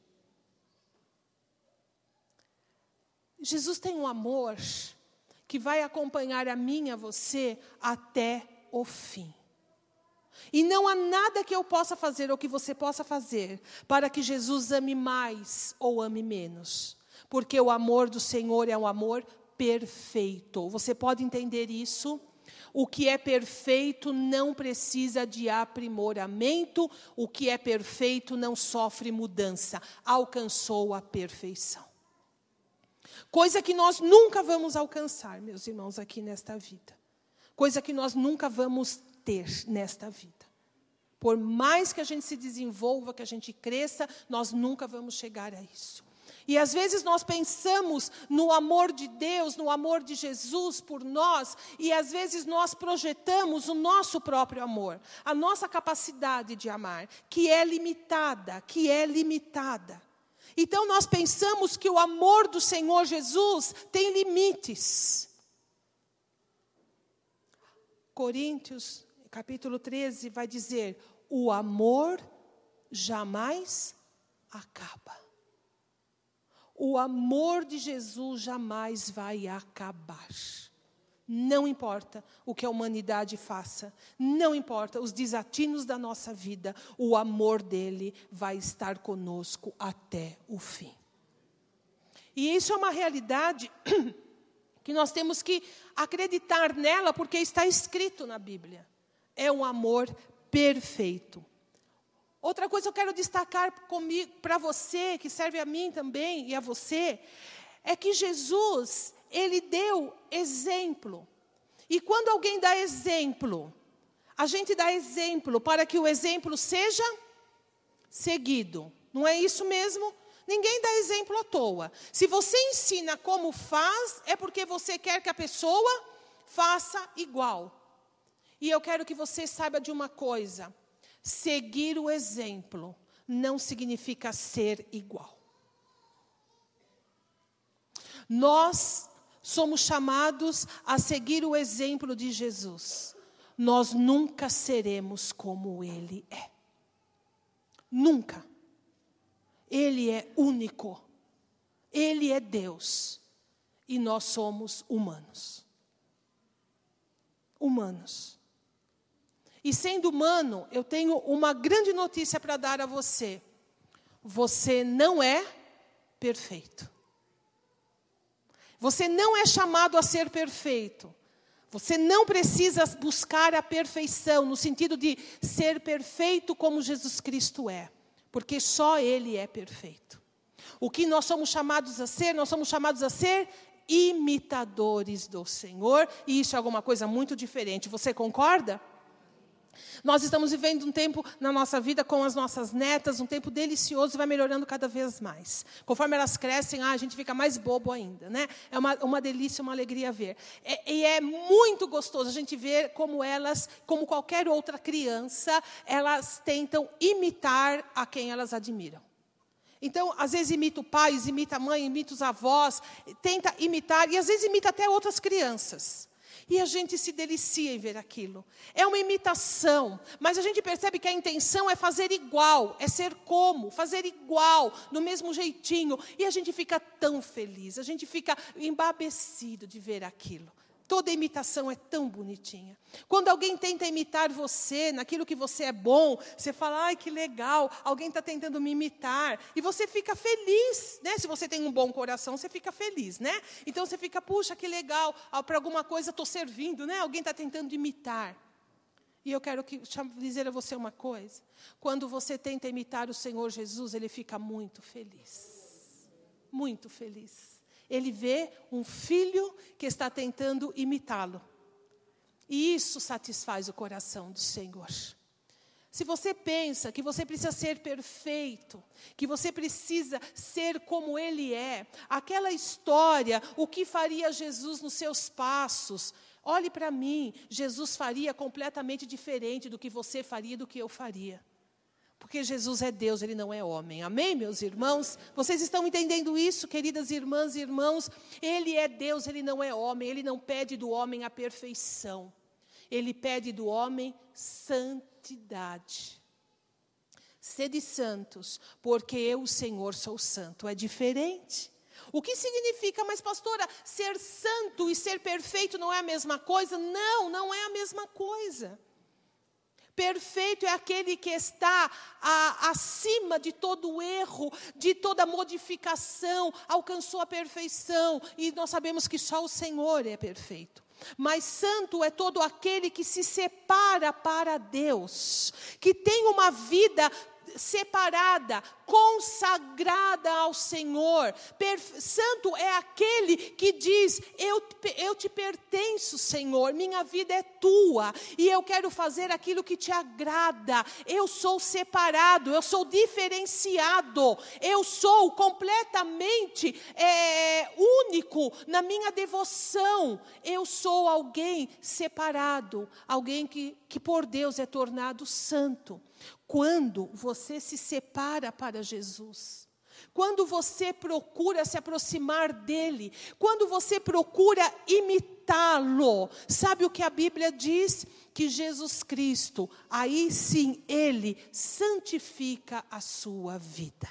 S1: Jesus tem um amor que vai acompanhar a mim e a você até o fim. E não há nada que eu possa fazer ou que você possa fazer para que Jesus ame mais ou ame menos. Porque o amor do Senhor é um amor perfeito. Você pode entender isso? O que é perfeito não precisa de aprimoramento. O que é perfeito não sofre mudança. Alcançou a perfeição. Coisa que nós nunca vamos alcançar, meus irmãos, aqui nesta vida. Coisa que nós nunca vamos ter nesta vida. Por mais que a gente se desenvolva, que a gente cresça, nós nunca vamos chegar a isso. E às vezes nós pensamos no amor de Deus, no amor de Jesus por nós, e às vezes nós projetamos o nosso próprio amor, a nossa capacidade de amar, que é limitada, Então nós pensamos que o amor do Senhor Jesus tem limites. Coríntios, capítulo 13, vai dizer: o amor jamais acaba. O amor de Jesus jamais vai acabar. Não importa o que a humanidade faça, não importa os desatinos da nossa vida, o amor dele vai estar conosco até o fim. E isso é uma realidade que nós temos que acreditar nela, porque está escrito na Bíblia. É um amor perfeito. Outra coisa que eu quero destacar para você, que serve a mim também e a você, é que Jesus, ele deu exemplo. E quando alguém dá exemplo, a gente dá exemplo para que o exemplo seja seguido. Não é isso mesmo? Ninguém dá exemplo à toa. Se você ensina como faz, é porque você quer que a pessoa faça igual. E eu quero que você saiba de uma coisa: seguir o exemplo não significa ser igual. Nós somos chamados a seguir o exemplo de Jesus. Nós nunca seremos como ele é. Nunca. Ele é único. Ele é Deus. E nós somos humanos. Humanos. E sendo humano, eu tenho uma grande notícia para dar a você. Você não é perfeito. Você não é chamado a ser perfeito. Você não precisa buscar a perfeição, no sentido de ser perfeito como Jesus Cristo é. Porque só Ele é perfeito. O que nós somos chamados a ser? Nós somos chamados a ser imitadores do Senhor. E isso é alguma coisa muito diferente. Você concorda? Nós estamos vivendo um tempo na nossa vida com as nossas netas, um tempo delicioso e vai melhorando cada vez mais. Conforme elas crescem, a gente fica mais bobo ainda, né? É uma delícia, uma alegria ver. E é muito gostoso a gente ver como elas, como qualquer outra criança, elas tentam imitar a quem elas admiram. Então, às vezes imita o pai, imita a mãe, imita os avós, tenta imitar, e às vezes imita até outras crianças. E a gente se delicia em ver aquilo. É uma imitação, mas a gente percebe que a intenção é fazer igual, é ser como, fazer igual, no mesmo jeitinho. E a gente fica tão feliz, a gente fica embabecido de ver aquilo. Toda imitação é tão bonitinha. Quando alguém tenta imitar você, naquilo que você é bom, você fala: ai, que legal, alguém está tentando me imitar. E você fica feliz, né? Se você tem um bom coração, você fica feliz, né? Então você fica: puxa, que legal, para alguma coisa estou servindo, né? Alguém está tentando imitar. E eu quero dizer a você uma coisa. Quando você tenta imitar o Senhor Jesus, Ele fica muito feliz. Muito feliz. Ele vê um filho que está tentando imitá-lo. E isso satisfaz o coração do Senhor. Se você pensa que você precisa ser perfeito, que você precisa ser como Ele é, aquela história, o que faria Jesus nos seus passos, olhe para mim, Jesus faria completamente diferente do que você faria, do que eu faria. Porque Jesus é Deus, Ele não é homem. Amém, meus irmãos? Vocês estão entendendo isso, queridas irmãs e irmãos? Ele é Deus, Ele não é homem. Ele não pede do homem a perfeição. Ele pede do homem santidade. Sede santos, porque eu, o Senhor, sou santo. É diferente. O que significa, mas pastora, ser santo e ser perfeito não é a mesma coisa? Não, não é a mesma coisa. Perfeito é aquele que está acima de todo erro, de toda modificação, alcançou a perfeição. E nós sabemos que só o Senhor é perfeito. Mas santo é todo aquele que se separa para Deus, que tem uma vida separada, consagrada ao Senhor. Santo é aquele que diz, eu te pertenço, Senhor, minha vida é tua, e eu quero fazer aquilo que te agrada. Eu sou separado, eu sou diferenciado, eu sou completamente único na minha devoção. Eu sou alguém separado, alguém que por Deus é tornado santo. Quando você se separa para Jesus, quando você procura se aproximar dele, quando você procura imitá-lo, sabe o que a Bíblia diz? Que Jesus Cristo, aí sim, ele santifica a sua vida.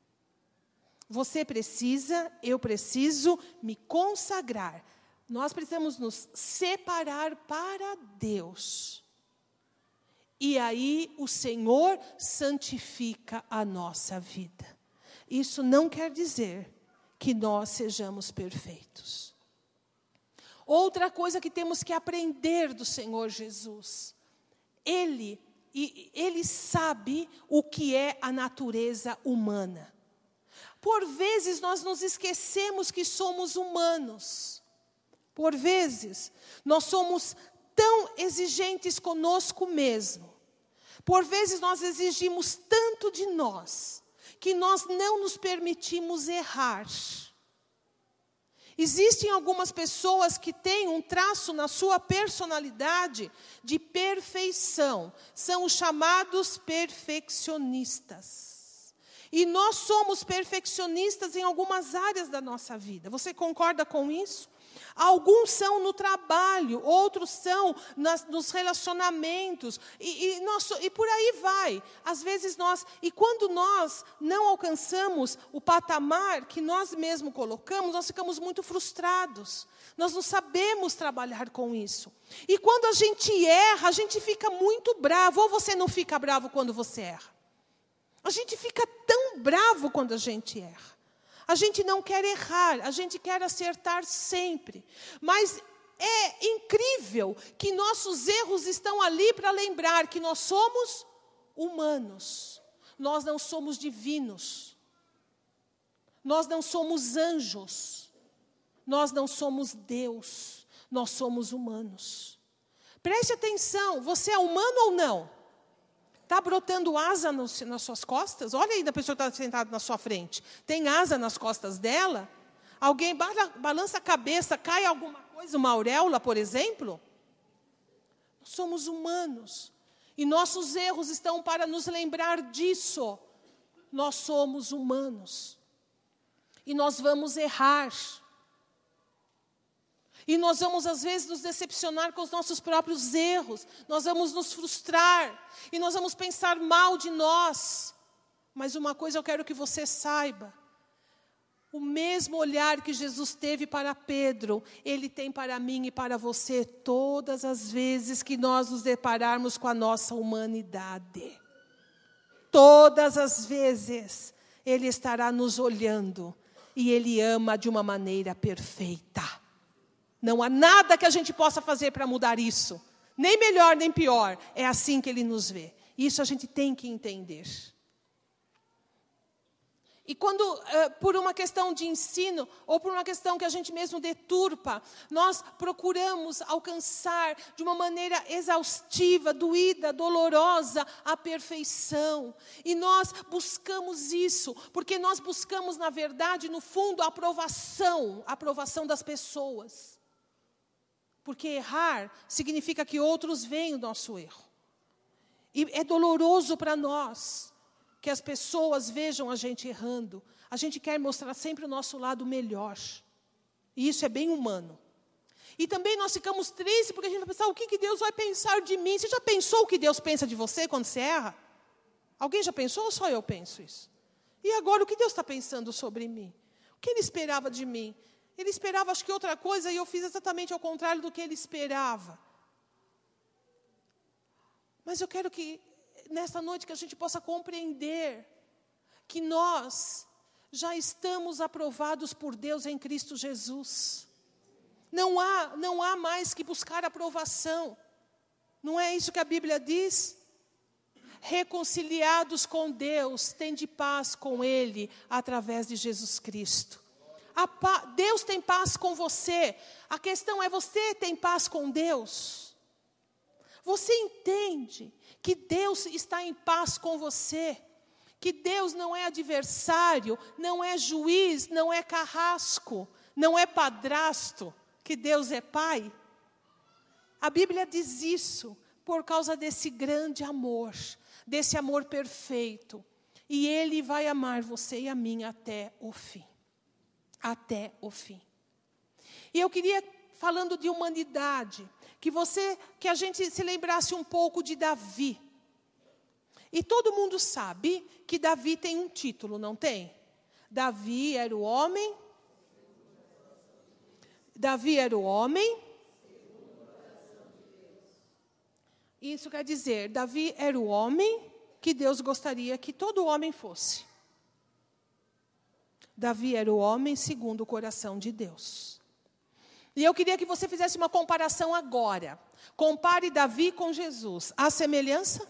S1: Você precisa, eu preciso me consagrar. Nós precisamos nos separar para Deus. E aí o Senhor santifica a nossa vida. Isso não quer dizer que nós sejamos perfeitos. Outra coisa que temos que aprender do Senhor Jesus. Ele sabe o que é a natureza humana. Por vezes nós nos esquecemos que somos humanos. Por vezes nós somos tão exigentes conosco mesmo. Por vezes nós exigimos tanto de nós, que nós não nos permitimos errar. Existem algumas pessoas que têm um traço na sua personalidade de perfeição. São os chamados perfeccionistas. E nós somos perfeccionistas em algumas áreas da nossa vida. Você concorda com isso? Alguns são no trabalho, outros são nos relacionamentos, e por aí vai. Às vezes e quando nós não alcançamos o patamar que nós mesmos colocamos, nós ficamos muito frustrados. Nós não sabemos trabalhar com isso. E quando a gente erra, a gente fica muito bravo. Ou você não fica bravo quando você erra? A gente fica tão bravo quando a gente erra. A gente não quer errar, a gente quer acertar sempre. Mas é incrível que nossos erros estão ali para lembrar que nós somos humanos. Nós não somos divinos. Nós não somos anjos. Nós não somos Deus. Nós somos humanos. Preste atenção, você é humano ou não? Está brotando asa nas suas costas? Olha aí da pessoa que está sentada na sua frente. Tem asa nas costas dela? Alguém balança a cabeça, cai alguma coisa, uma auréola, por exemplo? Nós somos humanos. E nossos erros estão para nos lembrar disso. Nós somos humanos. E nós vamos errar. E nós vamos, às vezes, nos decepcionar com os nossos próprios erros. Nós vamos nos frustrar. E nós vamos pensar mal de nós. Mas uma coisa eu quero que você saiba. O mesmo olhar que Jesus teve para Pedro, Ele tem para mim e para você todas as vezes que nós nos depararmos com a nossa humanidade. Todas as vezes Ele estará nos olhando. E Ele ama de uma maneira perfeita. Não há nada que a gente possa fazer para mudar isso. Nem melhor, nem pior. É assim que Ele nos vê. Isso a gente tem que entender. E quando, por uma questão de ensino, ou por uma questão que a gente mesmo deturpa, nós procuramos alcançar de uma maneira exaustiva, doída, dolorosa, a perfeição. E nós buscamos isso, porque nós buscamos, na verdade, no fundo, a aprovação das pessoas. Porque errar significa que outros veem o nosso erro. E é doloroso para nós. que as pessoas vejam a gente errando. A gente quer mostrar sempre o nosso lado melhor. E isso é bem humano. E também nós ficamos tristes porque a gente vai pensar, o que Deus vai pensar de mim? Você já pensou o que Deus pensa de você quando você erra? Alguém já pensou ou só eu penso isso? E agora, o que Deus está pensando sobre mim? O que Ele esperava de mim? Ele esperava, acho que outra coisa, e eu fiz exatamente ao contrário do que Ele esperava. Mas eu quero que, nesta noite, que a gente possa compreender que nós já estamos aprovados por Deus em Cristo Jesus. Não há mais que buscar aprovação. Não é isso que a Bíblia diz? Reconciliados com Deus, tende paz com Ele, através de Jesus Cristo. Deus tem paz com você. A questão é, você tem paz com Deus? Você entende que Deus está em paz com você? Que Deus não é adversário, não é juiz, não é carrasco, não é padrasto, que Deus é Pai? A Bíblia diz isso por causa desse grande amor, desse amor perfeito. E Ele vai amar você e a mim até o fim. Até o fim. E eu queria, falando de humanidade, que a gente se lembrasse um pouco de Davi. E todo mundo sabe que Davi tem um título, não tem? Davi era o homem. Isso quer dizer, Davi era o homem que Deus gostaria que todo homem fosse. Davi era o homem segundo o coração de Deus. E eu queria que você fizesse uma comparação agora. Compare Davi com Jesus. Há semelhança?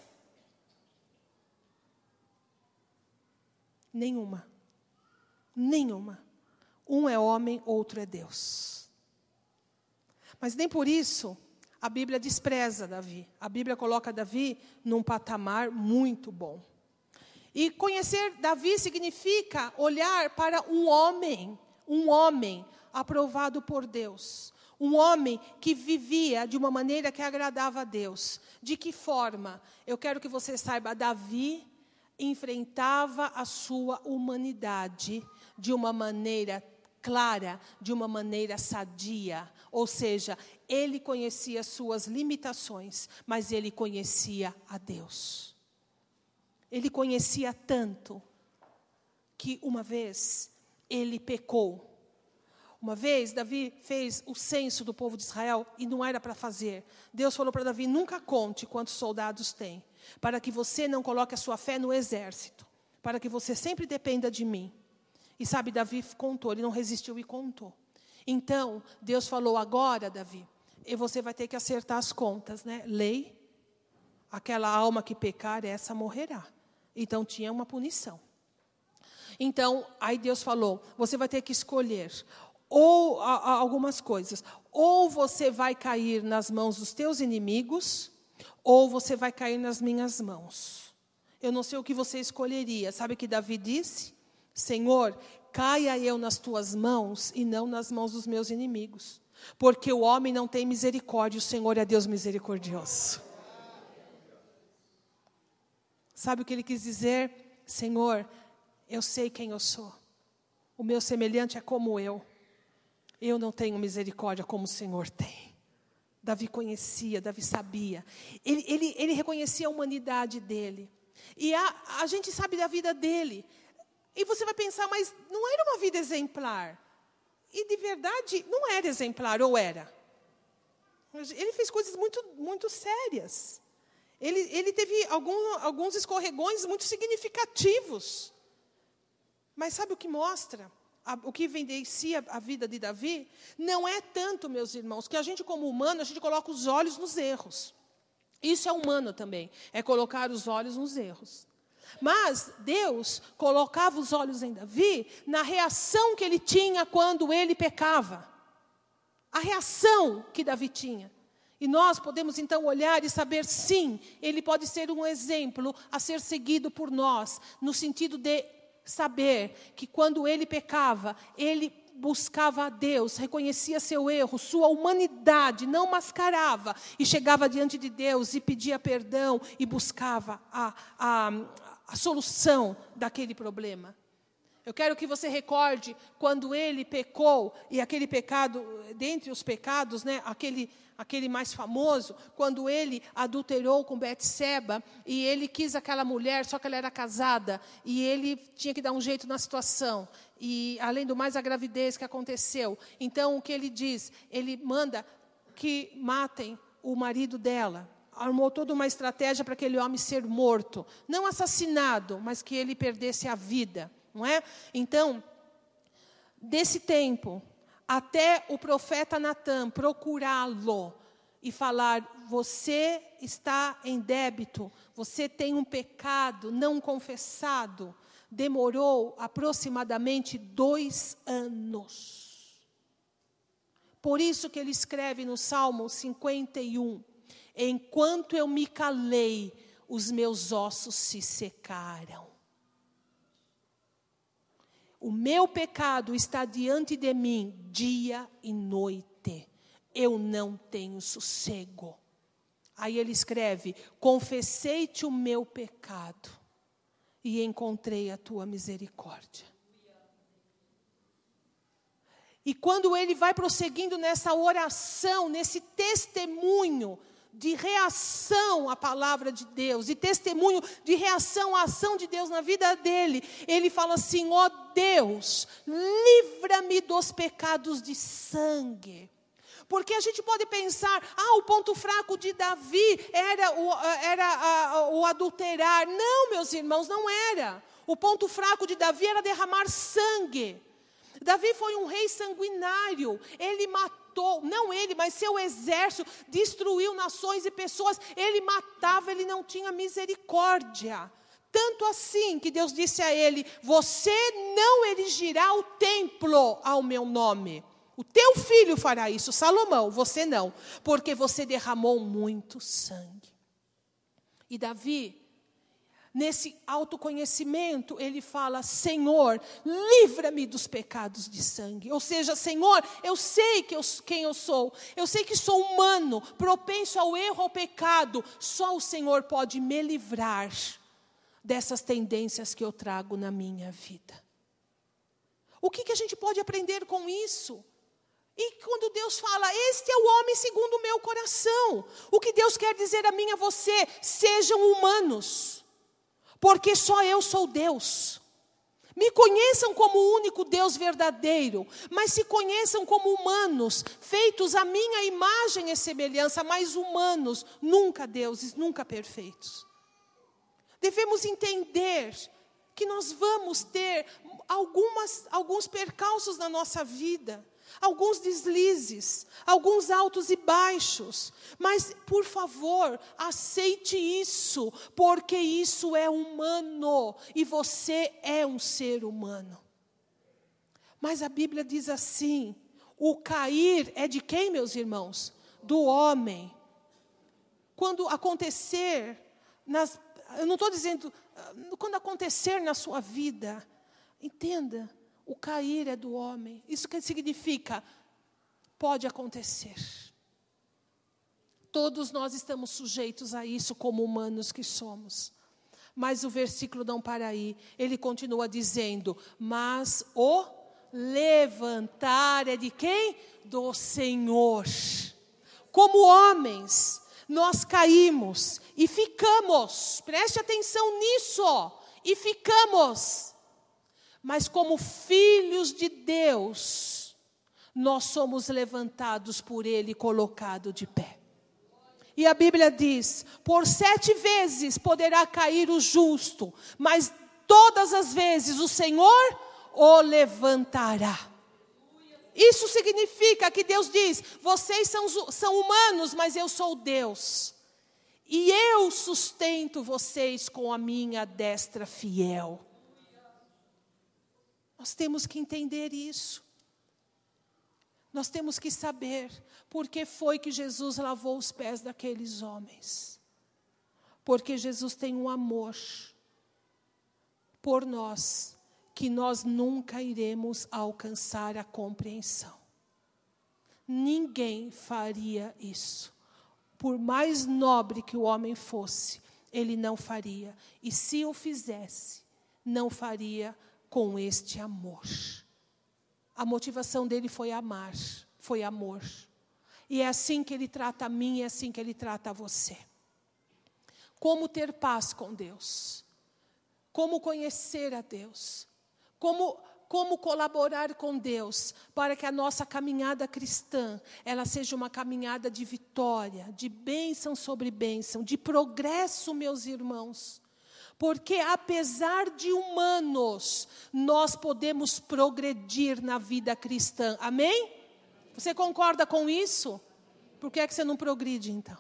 S1: Nenhuma. Nenhuma. Um é homem, outro é Deus. Mas nem por isso a Bíblia despreza Davi. A Bíblia coloca Davi num patamar muito bom. E conhecer Davi significa olhar para um homem aprovado por Deus. Um homem que vivia de uma maneira que agradava a Deus. De que forma? Eu quero que você saiba, Davi enfrentava a sua humanidade de uma maneira clara, de uma maneira sadia. Ou seja, ele conhecia suas limitações, mas ele conhecia a Deus. Ele conhecia tanto que uma vez ele pecou. Uma vez Davi fez o censo do povo de Israel e não era para fazer. Deus falou para Davi, nunca conte quantos soldados tem, para que você não coloque a sua fé no exército, para que você sempre dependa de mim. E sabe, Davi contou, ele não resistiu e contou. Então, Deus falou, agora, Davi, e você vai ter que acertar as contas, né? Lei, aquela alma que pecar, essa morrerá. Então, tinha uma punição. Então, aí Deus falou, você vai ter que escolher ou algumas coisas. Ou você vai cair nas mãos dos teus inimigos, ou você vai cair nas minhas mãos. Eu não sei o que você escolheria. Sabe o que Davi disse? Senhor, caia eu nas tuas mãos e não nas mãos dos meus inimigos. Porque o homem não tem misericórdia, o Senhor é Deus misericordioso. Sabe o que ele quis dizer? Senhor, eu sei quem eu sou. O meu semelhante é como eu. Eu não tenho misericórdia como o Senhor tem. Davi conhecia, Davi sabia. Ele reconhecia a humanidade dele. E a gente sabe da vida dele. E você vai pensar, mas não era uma vida exemplar. E de verdade, não era exemplar, ou era? Ele fez coisas muito, muito sérias. Ele teve alguns escorregões muito significativos. Mas sabe o que mostra? O que evidencia a vida de Davi? Não é tanto, meus irmãos, que a gente como humano, a gente coloca os olhos nos erros. Isso é humano também, é colocar os olhos nos erros. Mas Deus colocava os olhos em Davi na reação que ele tinha quando ele pecava. A reação que Davi tinha. E nós podemos então olhar e saber, sim, ele pode ser um exemplo a ser seguido por nós, no sentido de saber que quando ele pecava, ele buscava a Deus, reconhecia seu erro, sua humanidade, não mascarava, e chegava diante de Deus e pedia perdão e buscava solução daquele problema. Eu quero que você recorde quando ele pecou, e aquele pecado, dentre os pecados, né, aquele mais famoso, quando ele adulterou com Betseba, e ele quis aquela mulher, só que ela era casada, e ele tinha que dar um jeito na situação. E, além do mais, a gravidez que aconteceu. Então, o que ele diz? Ele manda que matem o marido dela. Armou toda uma estratégia para aquele homem ser morto. Não assassinado, mas que ele perdesse a vida. Não é? Então, desse tempo, até o profeta Natã procurá-lo e falar, você está em débito, você tem um pecado não confessado, demorou aproximadamente 2 anos. Por isso que ele escreve no Salmo 51, enquanto eu me calei, os meus ossos se secaram. O meu pecado está diante de mim dia e noite. Eu não tenho sossego. Aí ele escreve, confessei-te o meu pecado e encontrei a tua misericórdia. E quando ele vai prosseguindo nessa oração, nesse testemunho de reação à palavra de Deus, e testemunho de reação à ação de Deus na vida dele, ele fala assim, ó Deus, livra-me dos pecados de sangue. Porque a gente pode pensar, o ponto fraco de Davi era o adulterar. Não, meus irmãos, não era. O ponto fraco de Davi era derramar sangue. Davi foi um rei sanguinário, ele matou, não ele, mas seu exército, destruiu nações e pessoas, ele matava, ele não tinha misericórdia. Tanto assim que Deus disse a ele, você não erigirá o templo ao meu nome. O teu filho fará isso, Salomão, você não, porque você derramou muito sangue. E Davi, nesse autoconhecimento, ele fala, Senhor, livra-me dos pecados de sangue. Ou seja, Senhor, eu sei quem eu sou. Eu sei que sou humano, propenso ao erro, ao pecado. Só o Senhor pode me livrar dessas tendências que eu trago na minha vida. O que a gente pode aprender com isso? E quando Deus fala, este é o homem segundo o meu coração. O que Deus quer dizer a mim e a você, sejam humanos. Porque só eu sou Deus. Me conheçam como o único Deus verdadeiro, mas se conheçam como humanos, feitos à minha imagem e semelhança, mas humanos, nunca deuses, nunca perfeitos. Devemos entender que nós vamos ter alguns percalços na nossa vida, alguns deslizes, alguns altos e baixos, mas, por favor, aceite isso, porque isso é humano, e você é um ser humano. Mas a Bíblia diz assim, o cair é de quem, meus irmãos? Do homem. Quando acontecer, eu não estou dizendo, quando acontecer na sua vida, entenda, o cair é do homem. Isso que significa? Pode acontecer. Todos nós estamos sujeitos a isso como humanos que somos. Mas o versículo não para aí. Ele continua dizendo, mas o levantar é de quem? Do Senhor. Como homens, nós caímos e ficamos. Preste atenção nisso. E ficamos. Mas como filhos de Deus, nós somos levantados por Ele e colocados de pé. E a Bíblia diz, por 7 vezes poderá cair o justo, mas todas as vezes o Senhor o levantará. Isso significa que Deus diz, vocês são humanos, mas eu sou Deus. E eu sustento vocês com a minha destra fiel. Nós temos que entender isso. Nós temos que saber por que foi que Jesus lavou os pés daqueles homens. Porque Jesus tem um amor por nós, que nós nunca iremos alcançar a compreensão. Ninguém faria isso. Por mais nobre que o homem fosse, Ele não faria. E se o fizesse, não faria com este amor. A motivação dele foi amar, foi amor. E é assim que ele trata a mim, é assim que ele trata a você. Como ter paz com Deus? Como conhecer a Deus? Como colaborar com Deus para que a nossa caminhada cristã, ela seja uma caminhada de vitória, de bênção sobre bênção, de progresso, meus irmãos. Porque apesar de humanos, nós podemos progredir na vida cristã. Amém? Você concorda com isso? Por que é que você não progride então?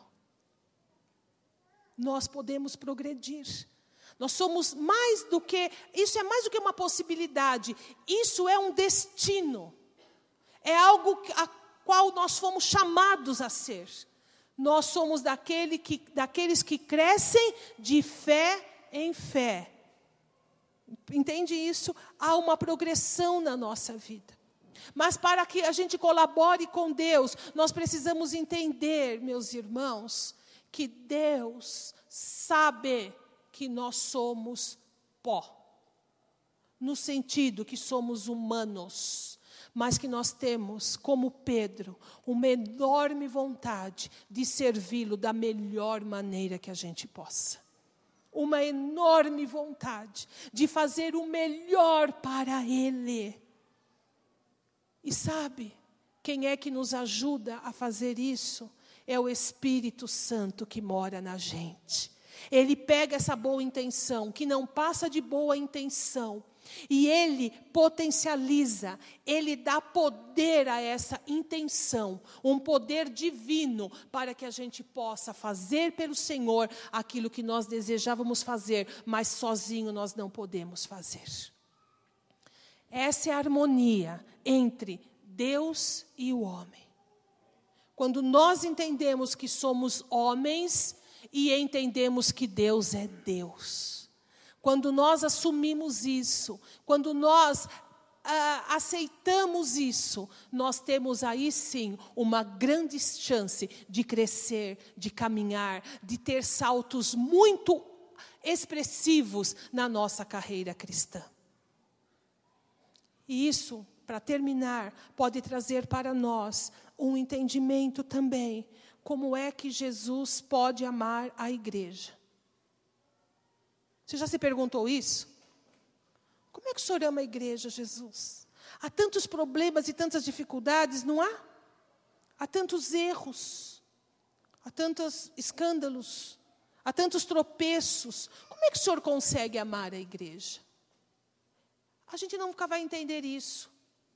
S1: Nós podemos progredir. Nós somos mais do que, isso é mais do que uma possibilidade, isso é um destino. É algo a qual nós fomos chamados a ser. Nós somos daqueles que crescem de fé em fé. Entende isso? Há uma progressão na nossa vida. Mas para que a gente colabore com Deus, nós precisamos entender, meus irmãos, que Deus sabe que nós somos pó. No sentido que somos humanos, mas que nós temos, como Pedro, uma enorme vontade de servi-lo da melhor maneira que a gente possa. Uma enorme vontade de fazer o melhor para Ele. E sabe, quem é que nos ajuda a fazer isso? É o Espírito Santo que mora na gente. Ele pega essa boa intenção, que não passa de boa intenção, e Ele potencializa, Ele dá poder a essa intenção, um poder divino, para que a gente possa fazer pelo Senhor aquilo que nós desejávamos fazer, mas sozinho nós não podemos fazer. Essa é a harmonia entre Deus e o homem. Quando nós entendemos que somos homens e entendemos que Deus é Deus. Quando nós assumimos isso, quando nós aceitamos isso, nós temos aí sim uma grande chance de crescer, de caminhar, de ter saltos muito expressivos na nossa carreira cristã. E isso, para terminar, pode trazer para nós um entendimento também, como é que Jesus pode amar a igreja. Você já se perguntou isso? Como é que o Senhor ama a igreja, Jesus? Há tantos problemas e tantas dificuldades, não há? Há tantos erros, há tantos escândalos, há tantos tropeços. Como é que o Senhor consegue amar a igreja? A gente nunca vai entender isso.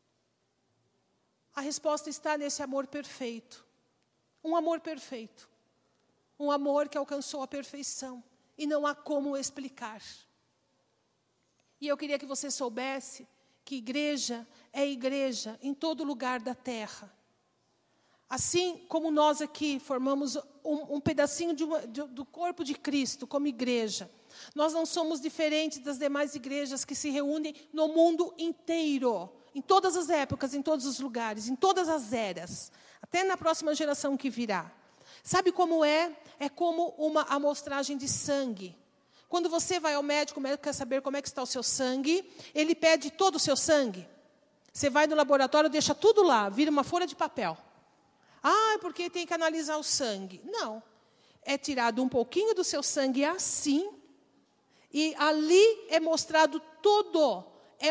S1: A resposta está nesse amor perfeito. Um amor perfeito. Um amor que alcançou a perfeição. E não há como explicar. E eu queria que você soubesse que igreja é igreja em todo lugar da terra. Assim como nós aqui formamos um pedacinho do corpo de Cristo como igreja, nós não somos diferentes das demais igrejas que se reúnem no mundo inteiro, em todas as épocas, em todos os lugares, em todas as eras, até na próxima geração que virá. Sabe como é? É como uma amostragem de sangue. Quando você vai ao médico, o médico quer saber como é que está o seu sangue, ele pede todo o seu sangue. Você vai no laboratório, deixa tudo lá, vira uma folha de papel. Ah, porque tem que analisar o sangue. Não. É tirado um pouquinho do seu sangue e ali é mostrado tudo.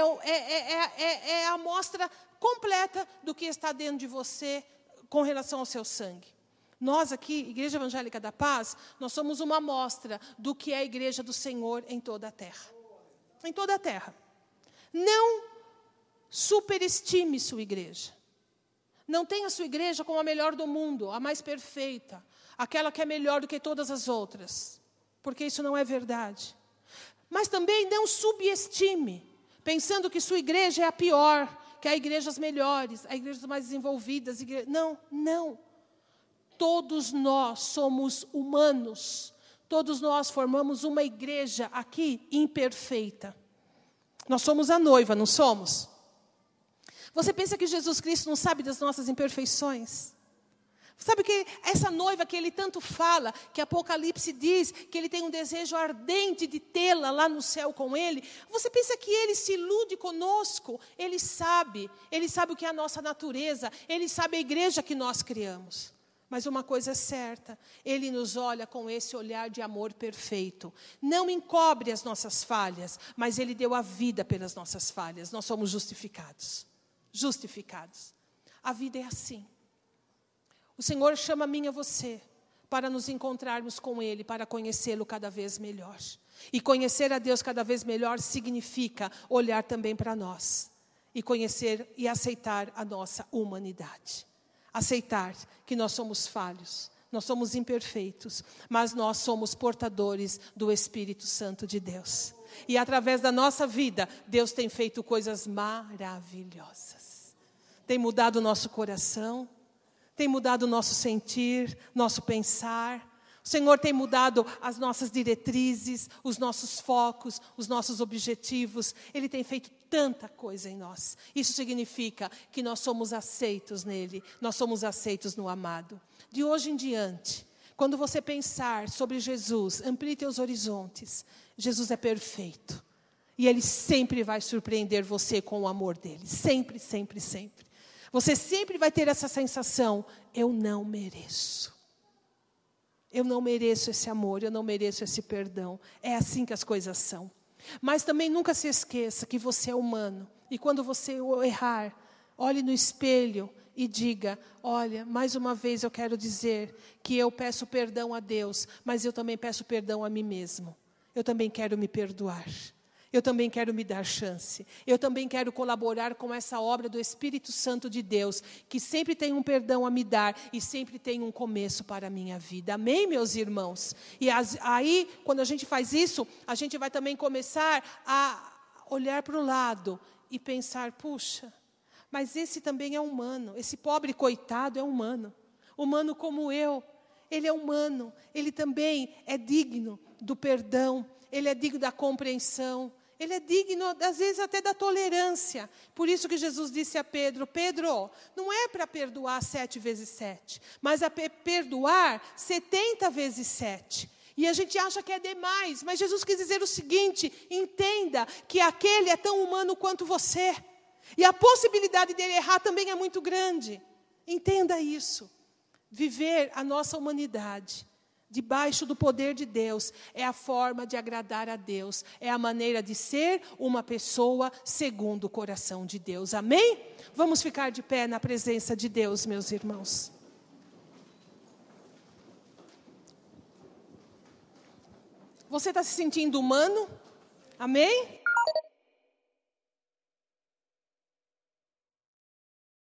S1: É a amostra completa do que está dentro de você com relação ao seu sangue. Nós aqui, Igreja Evangélica da Paz, nós somos uma amostra do que é a Igreja do Senhor em toda a terra. Em toda a terra. Não superestime sua igreja. Não tenha a sua igreja como a melhor do mundo, a mais perfeita, aquela que é melhor do que todas as outras, porque isso não é verdade. Mas também não subestime, pensando que sua igreja é a pior, que há igrejas melhores, há igrejas mais desenvolvidas. Não. Todos nós somos humanos, todos nós formamos uma igreja aqui imperfeita. Nós somos a noiva, não somos? Você pensa que Jesus Cristo não sabe das nossas imperfeições? Sabe que essa noiva que ele tanto fala, que Apocalipse diz que ele tem um desejo ardente de tê-la lá no céu com ele. Você pensa que ele se ilude conosco? Ele sabe o que é a nossa natureza, ele sabe a igreja que nós criamos. Mas uma coisa é certa, ele nos olha com esse olhar de amor perfeito. Não encobre as nossas falhas, mas ele deu a vida pelas nossas falhas. Nós somos justificados. Justificados. A vida é assim. O Senhor chama a mim e a você para nos encontrarmos com Ele, para conhecê-lo cada vez melhor. E conhecer a Deus cada vez melhor significa olhar também para nós. E conhecer e aceitar a nossa humanidade. Aceitar que nós somos falhos, nós somos imperfeitos, mas nós somos portadores do Espírito Santo de Deus. E através da nossa vida, Deus tem feito coisas maravilhosas. Tem mudado o nosso coração. Tem mudado o nosso sentir, nosso pensar. O Senhor tem mudado as nossas diretrizes, os nossos focos, os nossos objetivos. Ele tem feito tanta coisa em nós. Isso significa que nós somos aceitos nele. Nós somos aceitos no amado. De hoje em diante, quando você pensar sobre Jesus, amplie teus horizontes. Jesus é perfeito. E Ele sempre vai surpreender você com o amor dEle. Sempre, sempre, sempre. Você sempre vai ter essa sensação, eu não mereço. Eu não mereço esse amor, eu não mereço esse perdão. É assim que as coisas são. Mas também nunca se esqueça que você é humano. E quando você errar, olhe no espelho e diga, olha, mais uma vez eu quero dizer que eu peço perdão a Deus, mas eu também peço perdão a mim mesmo. Eu também quero me perdoar. Eu também quero me dar chance. Eu também quero colaborar com essa obra do Espírito Santo de Deus, que sempre tem um perdão a me dar e sempre tem um começo para a minha vida. Amém, meus irmãos? E aí, quando a gente faz isso, a gente vai também começar a olhar para o lado e pensar, puxa, mas esse também é humano. Esse pobre coitado é humano. Humano como eu. Ele é humano. Ele também é digno do perdão. Ele é digno da compreensão. Ele é digno, às vezes, até da tolerância. Por isso que Jesus disse a Pedro, Pedro, não é para perdoar 7 vezes 7, mas a perdoar 70 vezes 7. E a gente acha que é demais, mas Jesus quis dizer o seguinte, entenda que aquele é tão humano quanto você. E a possibilidade dele errar também é muito grande. Entenda isso. Viver a nossa humanidade debaixo do poder de Deus é a forma de agradar a Deus. É a maneira de ser uma pessoa segundo o coração de Deus. Amém? Vamos ficar de pé na presença de Deus, meus irmãos. Você está se sentindo humano? Amém?